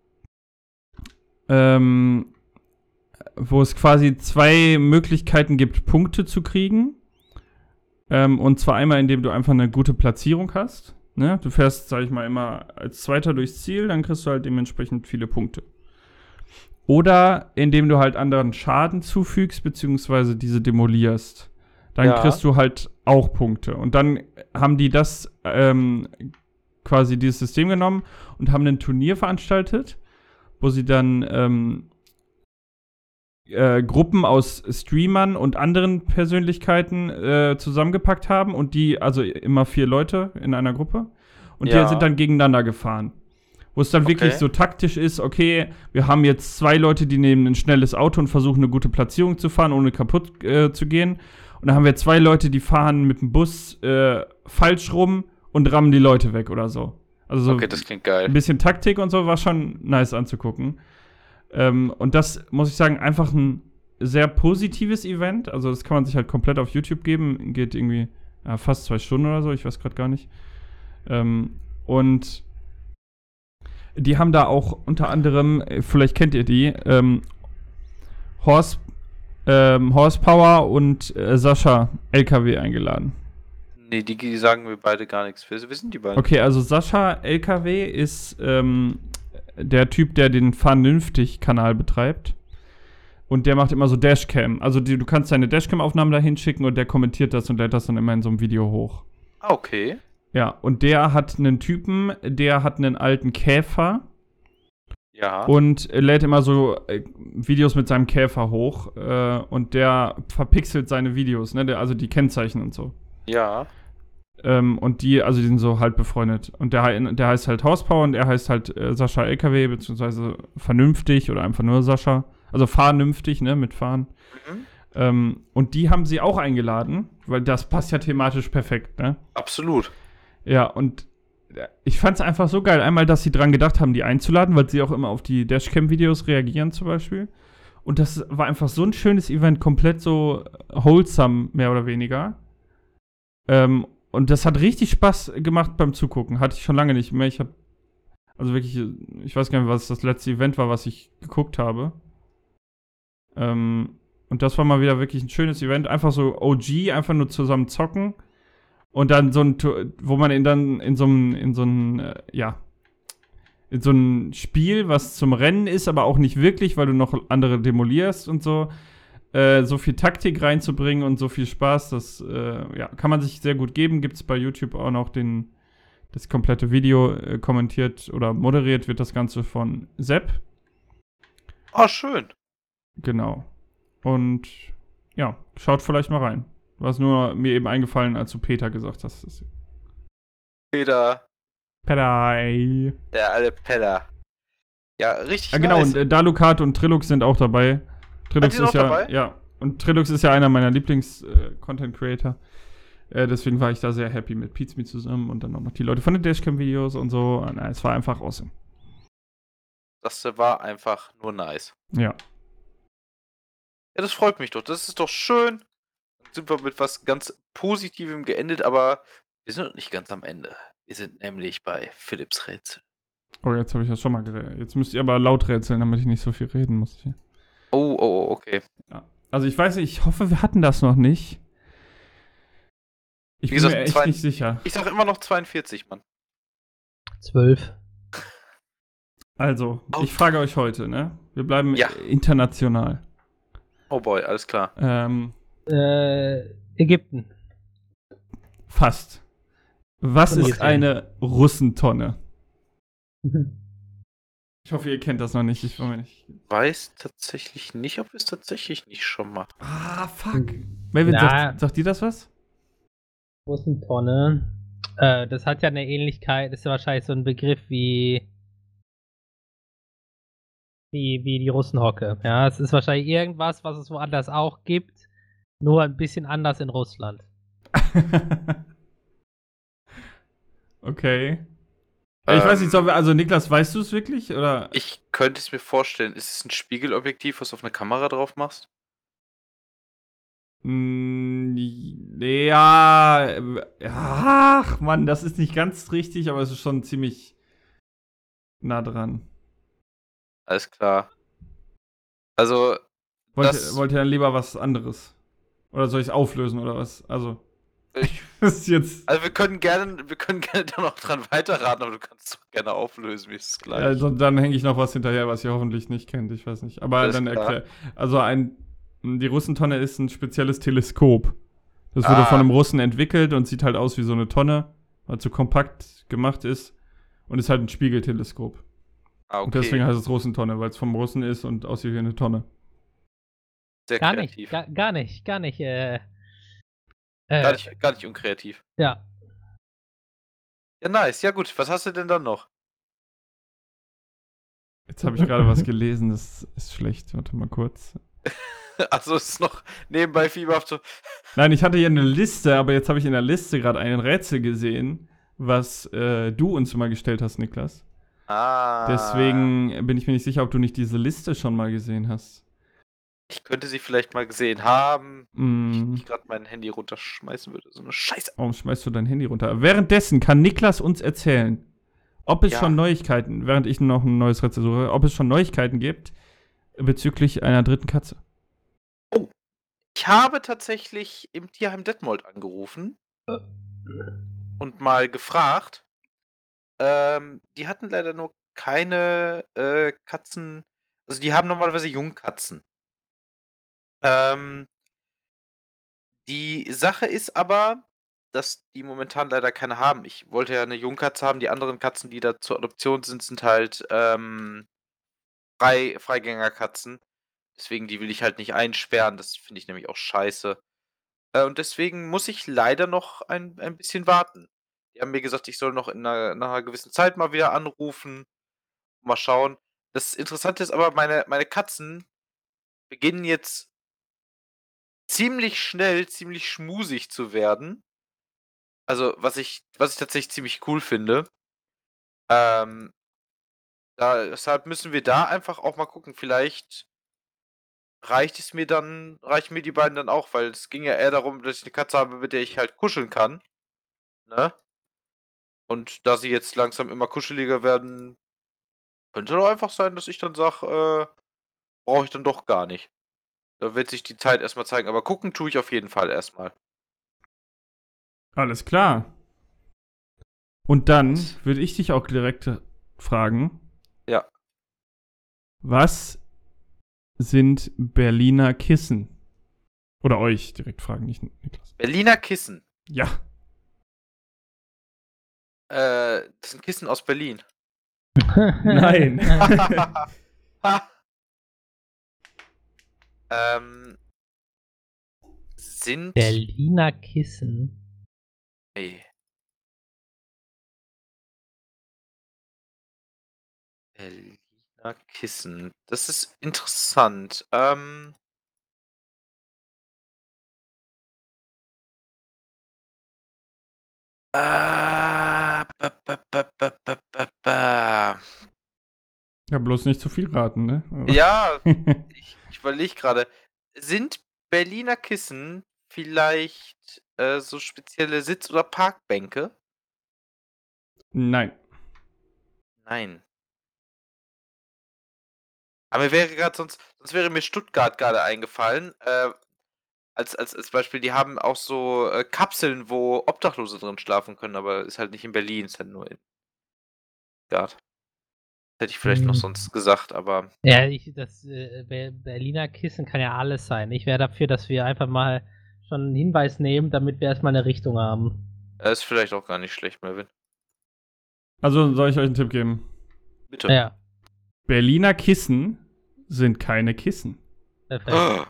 ähm, wo es quasi zwei Möglichkeiten gibt, Punkte zu kriegen. Ähm, und zwar einmal, indem du einfach eine gute Platzierung hast. Ne? Du fährst, sag ich mal, immer als Zweiter durchs Ziel, dann kriegst du halt dementsprechend viele Punkte. Oder indem du halt anderen Schaden zufügst, beziehungsweise diese demolierst. Dann Ja. kriegst du halt auch Punkte. Und dann haben die das ähm, quasi dieses System genommen und haben ein Turnier veranstaltet, wo sie dann ähm, äh, Gruppen aus Streamern und anderen Persönlichkeiten äh, zusammengepackt haben und die, also immer vier Leute in einer Gruppe. Und Ja. die sind dann gegeneinander gefahren. Wo es dann wirklich Okay. so taktisch ist, okay, wir haben jetzt zwei Leute, die nehmen ein schnelles Auto und versuchen, eine gute Platzierung zu fahren, ohne kaputt äh, zu gehen. Und dann haben wir zwei Leute, die fahren mit dem Bus äh, falsch rum und rammen die Leute weg oder so. Also so Okay, das klingt ein geil. bisschen Taktik und so war schon nice anzugucken. Ähm, und das, muss ich sagen, einfach ein sehr positives Event. Also das kann man sich halt komplett auf YouTube geben. Geht irgendwie ja, fast zwei Stunden oder so, ich weiß gerade gar nicht. Ähm, und die haben da auch unter anderem, äh, vielleicht kennt ihr die, ähm, Horse, ähm, Horsepower und äh, Sascha L K W eingeladen. Nee, die, die sagen wir beide gar nichts. Wir wissen die beiden. Okay, also Sascha L K W ist ähm, der Typ, der den Vernünftig-Kanal betreibt. Und der macht immer so Dashcam. Also die, du kannst deine Dashcam-Aufnahmen da hinschicken und der kommentiert das und lädt das dann immer in so einem Video hoch. Ah, okay. Ja, und der hat einen Typen, der hat einen alten Käfer Ja. und lädt immer so äh, Videos mit seinem Käfer hoch. Äh, und der verpixelt seine Videos, ne? Der, also die Kennzeichen und so. Ja. Ähm, und die, also die sind so halb befreundet. Und der, der heißt halt Horsepower und er heißt halt äh, Sascha L K W, beziehungsweise vernünftig oder einfach nur Sascha. Also fahrnünftig, ne, mit Fahren. Mhm. Ähm, und die haben sie auch eingeladen, weil das passt ja thematisch perfekt, ne? Absolut. Ja, und ich fand's einfach so geil. Einmal, dass sie dran gedacht haben, die einzuladen, weil sie auch immer auf die Dashcam-Videos reagieren zum Beispiel. Und das war einfach so ein schönes Event, komplett so wholesome, mehr oder weniger. Ähm, und das hat richtig Spaß gemacht beim Zugucken. Hatte ich schon lange nicht mehr. Ich habe also wirklich, ich weiß gar nicht, was das letzte Event war, was ich geguckt habe. Ähm, und das war mal wieder wirklich ein schönes Event. Einfach so O G, einfach nur zusammen zocken. Und dann so ein, wo man in dann in so einem, in so ein, äh, ja, in so ein Spiel, was zum Rennen ist, aber auch nicht wirklich, weil du noch andere demolierst und so, äh, so viel Taktik reinzubringen und so viel Spaß, das, äh, ja, kann man sich sehr gut geben. Gibt's bei YouTube auch noch den, das komplette Video äh, kommentiert oder moderiert wird das Ganze von Sepp. Ah, schön. Genau. Und ja, schaut vielleicht mal rein. Was nur mir eben eingefallen, als du Peter gesagt hast. Das Peter, Peter. der alte Peter. Ja, richtig Ja, genau, nice. und äh, Dalukat und Trilux sind auch dabei. Trilux die sind ist auch ja, dabei? ja, und Trilux ist ja einer meiner Lieblings-Content-Creator. Äh, deswegen war ich da sehr happy mit Pizme zusammen und dann auch noch die Leute von den Dashcam-Videos und so. Und, äh, es war einfach awesome. Das war einfach nur nice. Ja. Ja, das freut mich doch. Das ist doch schön. Dann sind wir mit was ganz Positivem geendet, aber wir sind noch nicht ganz am Ende. Wir sind nämlich bei Philipps Rätsel. Oh, jetzt habe ich das schon mal geredet. Jetzt müsst ihr aber laut rätseln, damit ich nicht so viel reden muss hier. Oh, oh, oh, okay. Ja. Also ich weiß nicht, ich hoffe, wir hatten das noch nicht. Ich Wie bin gesagt, mir echt zwei- nicht sicher. Ich sag immer noch zweiundvierzig, Mann. zwölf. Also, Oh. ich frage euch heute, ne? Wir bleiben Ja. international. Oh boy, alles klar. Ähm, Äh, Ägypten. fast. Was ist Ungefähr. eine Russentonne? Ich hoffe, ihr kennt das noch nicht. Ich war mir nicht. Weiß tatsächlich nicht, ob wir es tatsächlich nicht schon mal. Ah, fuck. Melvin, Na. sagt, sagt dir das was? Russentonne. Äh, das hat ja eine Ähnlichkeit, das ist ja wahrscheinlich so ein Begriff wie wie, wie die Russenhocke. Ja, es ist wahrscheinlich irgendwas, was es woanders auch gibt, nur ein bisschen anders in Russland. Okay. ich weiß nicht, Ähm, sollen wir, also Niklas, weißt du es wirklich? Oder? Ich könnte es mir vorstellen. Ist es ein Spiegelobjektiv, was du auf eine Kamera drauf machst? Mm, ja, äh, ach Mann, das ist nicht ganz richtig, aber es ist schon ziemlich nah dran. Alles klar. Also, Wollt, Das- ihr, wollt ihr dann lieber was anderes? Oder soll ich es auflösen oder was? Also, ich, das ist jetzt. also wir können gerne, wir können gerne da noch dran weiterraten, aber du kannst es doch gerne auflösen, mir ist es gleich. Also, dann hänge ich noch was hinterher, was ihr hoffentlich nicht kennt. Ich weiß nicht. Aber Alles dann klar. erklär. Also, ein, die Russentonne ist ein spezielles Teleskop. Das wurde Ah. von einem Russen entwickelt und sieht halt aus wie so eine Tonne, weil es so kompakt gemacht ist. Und ist halt ein Spiegelteleskop. ah, Und deswegen okay. heißt es Russentonne, weil es vom Russen ist und aussieht wie eine Tonne. Sehr Gar kreativ. nicht, gar, gar nicht, gar nicht, äh, äh, Gar nicht, gar nicht unkreativ. ja. Ja, nice. Ja gut, was hast du denn dann noch? Jetzt habe ich gerade was gelesen, das ist schlecht. Warte mal kurz. Also es ist noch nebenbei fieberhaft so. Nein, ich hatte hier eine Liste, aber jetzt habe ich in der Liste gerade ein Rätsel gesehen, was äh, du uns mal gestellt hast, Niklas. Ah. Deswegen bin ich mir nicht sicher, ob du nicht diese Liste schon mal gesehen hast. Ich könnte sie vielleicht mal gesehen haben. Mm. Ich gerade mein Handy runterschmeißen würde. So eine Scheiße. Warum schmeißt du dein Handy runter? Währenddessen kann Niklas uns erzählen, ob es Ja. schon Neuigkeiten, während ich noch ein neues Rätsel suche, ob es schon Neuigkeiten gibt bezüglich einer dritten Katze. Ich habe tatsächlich im Tierheim Detmold angerufen und mal gefragt. Ähm, die hatten leider nur keine äh, Katzen. Also die haben normalerweise Jungkatzen. Ähm, die Sache ist aber, dass die momentan leider keine haben. Ich wollte ja eine Jungkatze haben. Die anderen Katzen, die da zur Adoption sind, sind halt ähm, Frei Freigängerkatzen. Deswegen, die will ich halt nicht einsperren. Das finde ich nämlich auch scheiße. Äh, und deswegen muss ich leider noch ein, ein bisschen warten. Die haben mir gesagt, ich soll noch in einer, nach einer gewissen Zeit mal wieder anrufen. Mal schauen. Das Interessante ist aber, meine, meine Katzen beginnen jetzt ziemlich schnell, ziemlich schmusig zu werden. Also, was ich, was ich tatsächlich ziemlich cool finde. Ähm, da, deshalb müssen wir da einfach auch mal gucken. Vielleicht reicht es mir dann, reichen mir die beiden dann auch, weil es ging ja eher darum, dass ich eine Katze habe, mit der ich halt kuscheln kann. Ne? Und da sie jetzt langsam immer kuscheliger werden, könnte doch einfach sein, dass ich dann sage, äh, brauche ich dann doch gar nicht. Da wird sich die Zeit erstmal zeigen. Aber gucken tue ich auf jeden Fall erstmal. Alles klar. Und dann würde ich dich auch direkt fragen. Ja. Was sind Berliner Kissen? Oder euch direkt fragen, nicht Niklas. Berliner Kissen. Ja. Äh, das sind Kissen aus Berlin. Nein. ähm, sind. Berliner Kissen. Ey. Berliner Kissen. Das ist interessant. Ähm. Äh, ba, ba, ba, ba, ba, ba, ba. Ja, bloß nicht zu viel raten, ne? Aber Ja, ich, ich überlege gerade. Sind Berliner Kissen vielleicht äh, so spezielle Sitz- oder Parkbänke? Nein. Nein. Aber mir wäre gerade sonst, sonst wäre mir Stuttgart gerade eingefallen. Äh, als, als, als Beispiel, die haben auch so äh, Kapseln, wo Obdachlose drin schlafen können, aber ist halt nicht in Berlin, ist halt nur in Stuttgart. Hätte ich vielleicht noch Hm. sonst gesagt, aber. Ja, ich, das äh, Ber- Berliner Kissen kann ja alles sein. Ich wäre dafür, dass wir einfach mal schon einen Hinweis nehmen, damit wir erstmal eine Richtung haben. Äh, ist vielleicht auch gar nicht schlecht, Melvin. Also soll ich euch einen Tipp geben? Bitte. Ja, Berliner Kissen sind keine Kissen. perfekt.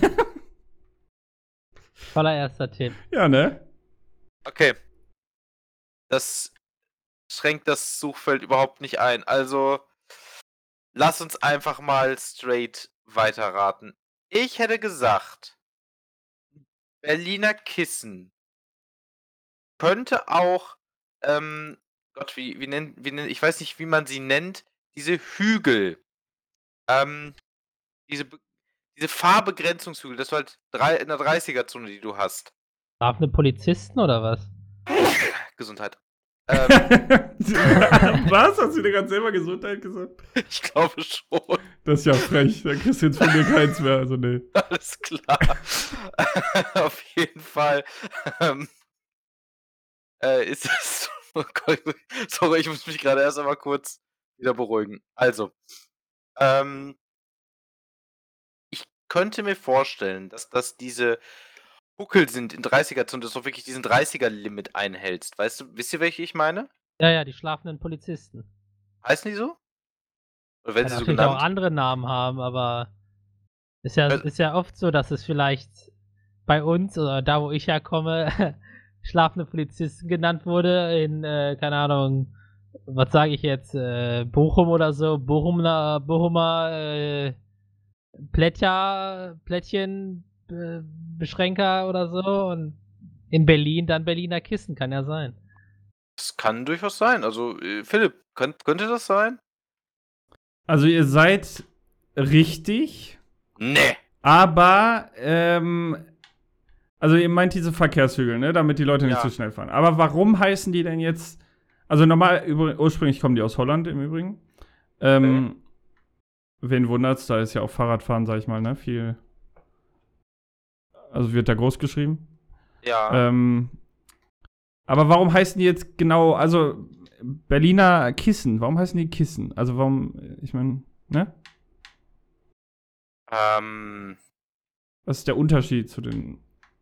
Voller erster Tipp. Ja, ne? Okay. Das schränkt das Suchfeld überhaupt nicht ein. Also, lass uns einfach mal straight weiterraten. Ich hätte gesagt, Berliner Kissen könnte auch, ähm, Gott, wie, wie nennt, wie nennt, ich weiß nicht, wie man sie nennt, diese Hügel, ähm, diese, Be- diese Fahrbegrenzungshügel, das war halt drei, in der dreißiger-Zone, die du hast. Strafende Polizisten oder was? Gesundheit. Ähm, Was? Hast du dir gerade selber Gesundheit gesagt? ich glaube schon. Das ist ja frech. Da kriegst du jetzt von mir keins mehr. Also, nee. Alles klar. Auf jeden Fall. Ähm, äh, ist es. Oh Gott, sorry, ich muss mich gerade erst einmal kurz wieder beruhigen. Also, ähm, ich könnte mir vorstellen, dass das diese Huckel sind in dreißiger-Zone, dass du wirklich diesen dreißiger-Limit einhältst. Weißt du, wisst ihr, welche ich meine? Ja, ja, die schlafenden Polizisten. Heißen die so? Oder werden Kann sie so natürlich auch genannt? andere Namen haben, aber ist ja, Also- ist ja oft so, dass es vielleicht bei uns oder da, wo ich herkomme, schlafende Polizisten genannt wurde in, äh, keine Ahnung, was sage ich jetzt, äh, Bochum oder so, Bochumer, Bochumer, äh, Plättcher, Plättchen, äh, Beschränker oder so und in Berlin dann Berliner Kissen, kann ja sein. Das kann durchaus sein. Also, äh, Philipp, könnt, könnte das sein? Also ihr seid richtig, Nee. aber, ähm, also ihr meint diese Verkehrshügel, ne, damit die Leute nicht Ja. so schnell fahren. Aber warum heißen die denn jetzt, also normal, übr- ursprünglich kommen die aus Holland im Übrigen. Ähm, wen wundert's, da ist ja auch Fahrradfahren, sag ich mal, ne, viel, also wird da groß geschrieben. Ja. Ähm, aber warum heißen die jetzt genau, also Berliner Kissen, warum heißen die Kissen? Also warum, ich meine, ne? Ähm. Was ist der Unterschied zu den.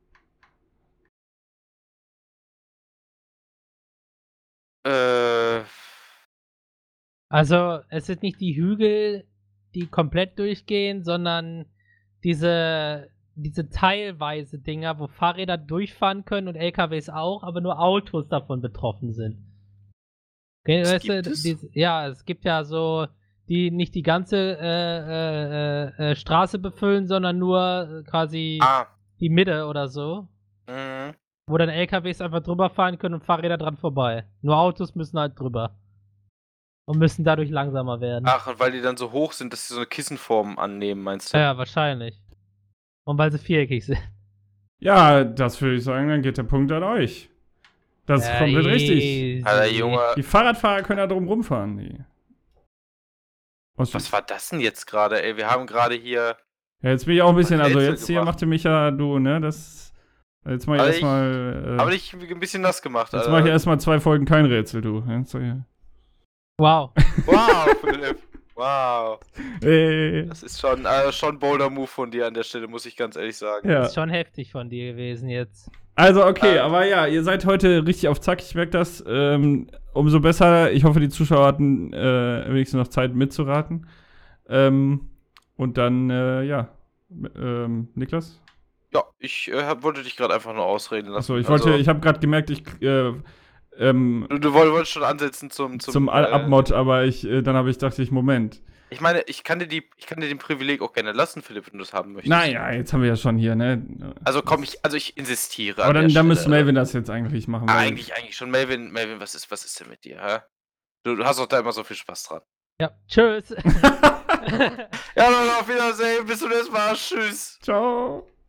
Äh. Also, es sind nicht die Hügel, die komplett durchgehen, sondern diese, diese teilweise Dinger, wo Fahrräder durchfahren können und L K Ws auch, aber nur Autos davon betroffen sind. Okay, Das weißt du, gibt es? dies- ja, es gibt ja so, die nicht die ganze äh, äh, äh, äh, Straße befüllen, sondern nur äh, quasi Ah. die Mitte oder so, Mhm. wo dann L K Ws einfach drüber fahren können und Fahrräder dran vorbei. Nur Autos müssen halt drüber. Und müssen dadurch langsamer werden. Ach, und weil die dann so hoch sind, dass sie so eine Kissenform annehmen, meinst du? Ja, wahrscheinlich. Und weil sie viereckig sind. Ja, das würde ich sagen, dann geht der Punkt an euch. Das ist Ja, komplett richtig. easy. Alter, Junge. Die Fahrradfahrer können da drum rumfahren. Die. Was, Was war das denn jetzt gerade, ey? Wir haben gerade hier. Ja, jetzt bin ich auch ein bisschen, also Rätsel jetzt hier gemacht. machte mich ja du, ne, das. Jetzt mach ich Aber erstmal. Aber Äh, dich ein bisschen nass gemacht, jetzt Alter. mach ich erstmal zwei Folgen kein Rätsel, du. Jetzt, äh, Wow. Wow, Philipp. Wow. äh, Das ist schon, äh, schon ein bolder Move von dir an der Stelle, muss ich ganz ehrlich sagen. ja. Ist schon heftig von dir gewesen jetzt. Also, okay, Ähm. aber ja, ihr seid heute richtig auf Zack, ich merke das. Ähm, umso besser. Ich hoffe, die Zuschauer hatten äh, wenigstens noch Zeit mitzuraten. Ähm, und dann, äh, ja. Ähm, Niklas? Ja, ich äh, hab- wollte dich gerade einfach nur ausreden lassen. Achso, ich Also, wollte, ich habe gerade gemerkt, ich äh, ähm, Du, du woll- wolltest schon ansetzen zum. zum, Zum, zum äh, Abmod, aber ich, äh, dann habe ich dachte ich, Moment. Ich meine, ich kann dir die, ich kann dir den Privileg auch gerne lassen, Philipp, wenn du es haben möchtest. Naja, jetzt haben wir ja schon hier, ne? Also komm, ich, also ich insistiere. Aber an dann, der dann müsste Stelle. Melvin das jetzt eigentlich machen. Ah, weil- eigentlich, eigentlich schon. Melvin, Melvin, was ist, was ist denn mit dir, hä? Du, du hast doch da immer so viel Spaß dran. Ja, tschüss. Ja, dann auf Wiedersehen, bis zum nächsten Mal. Tschüss. Ciao.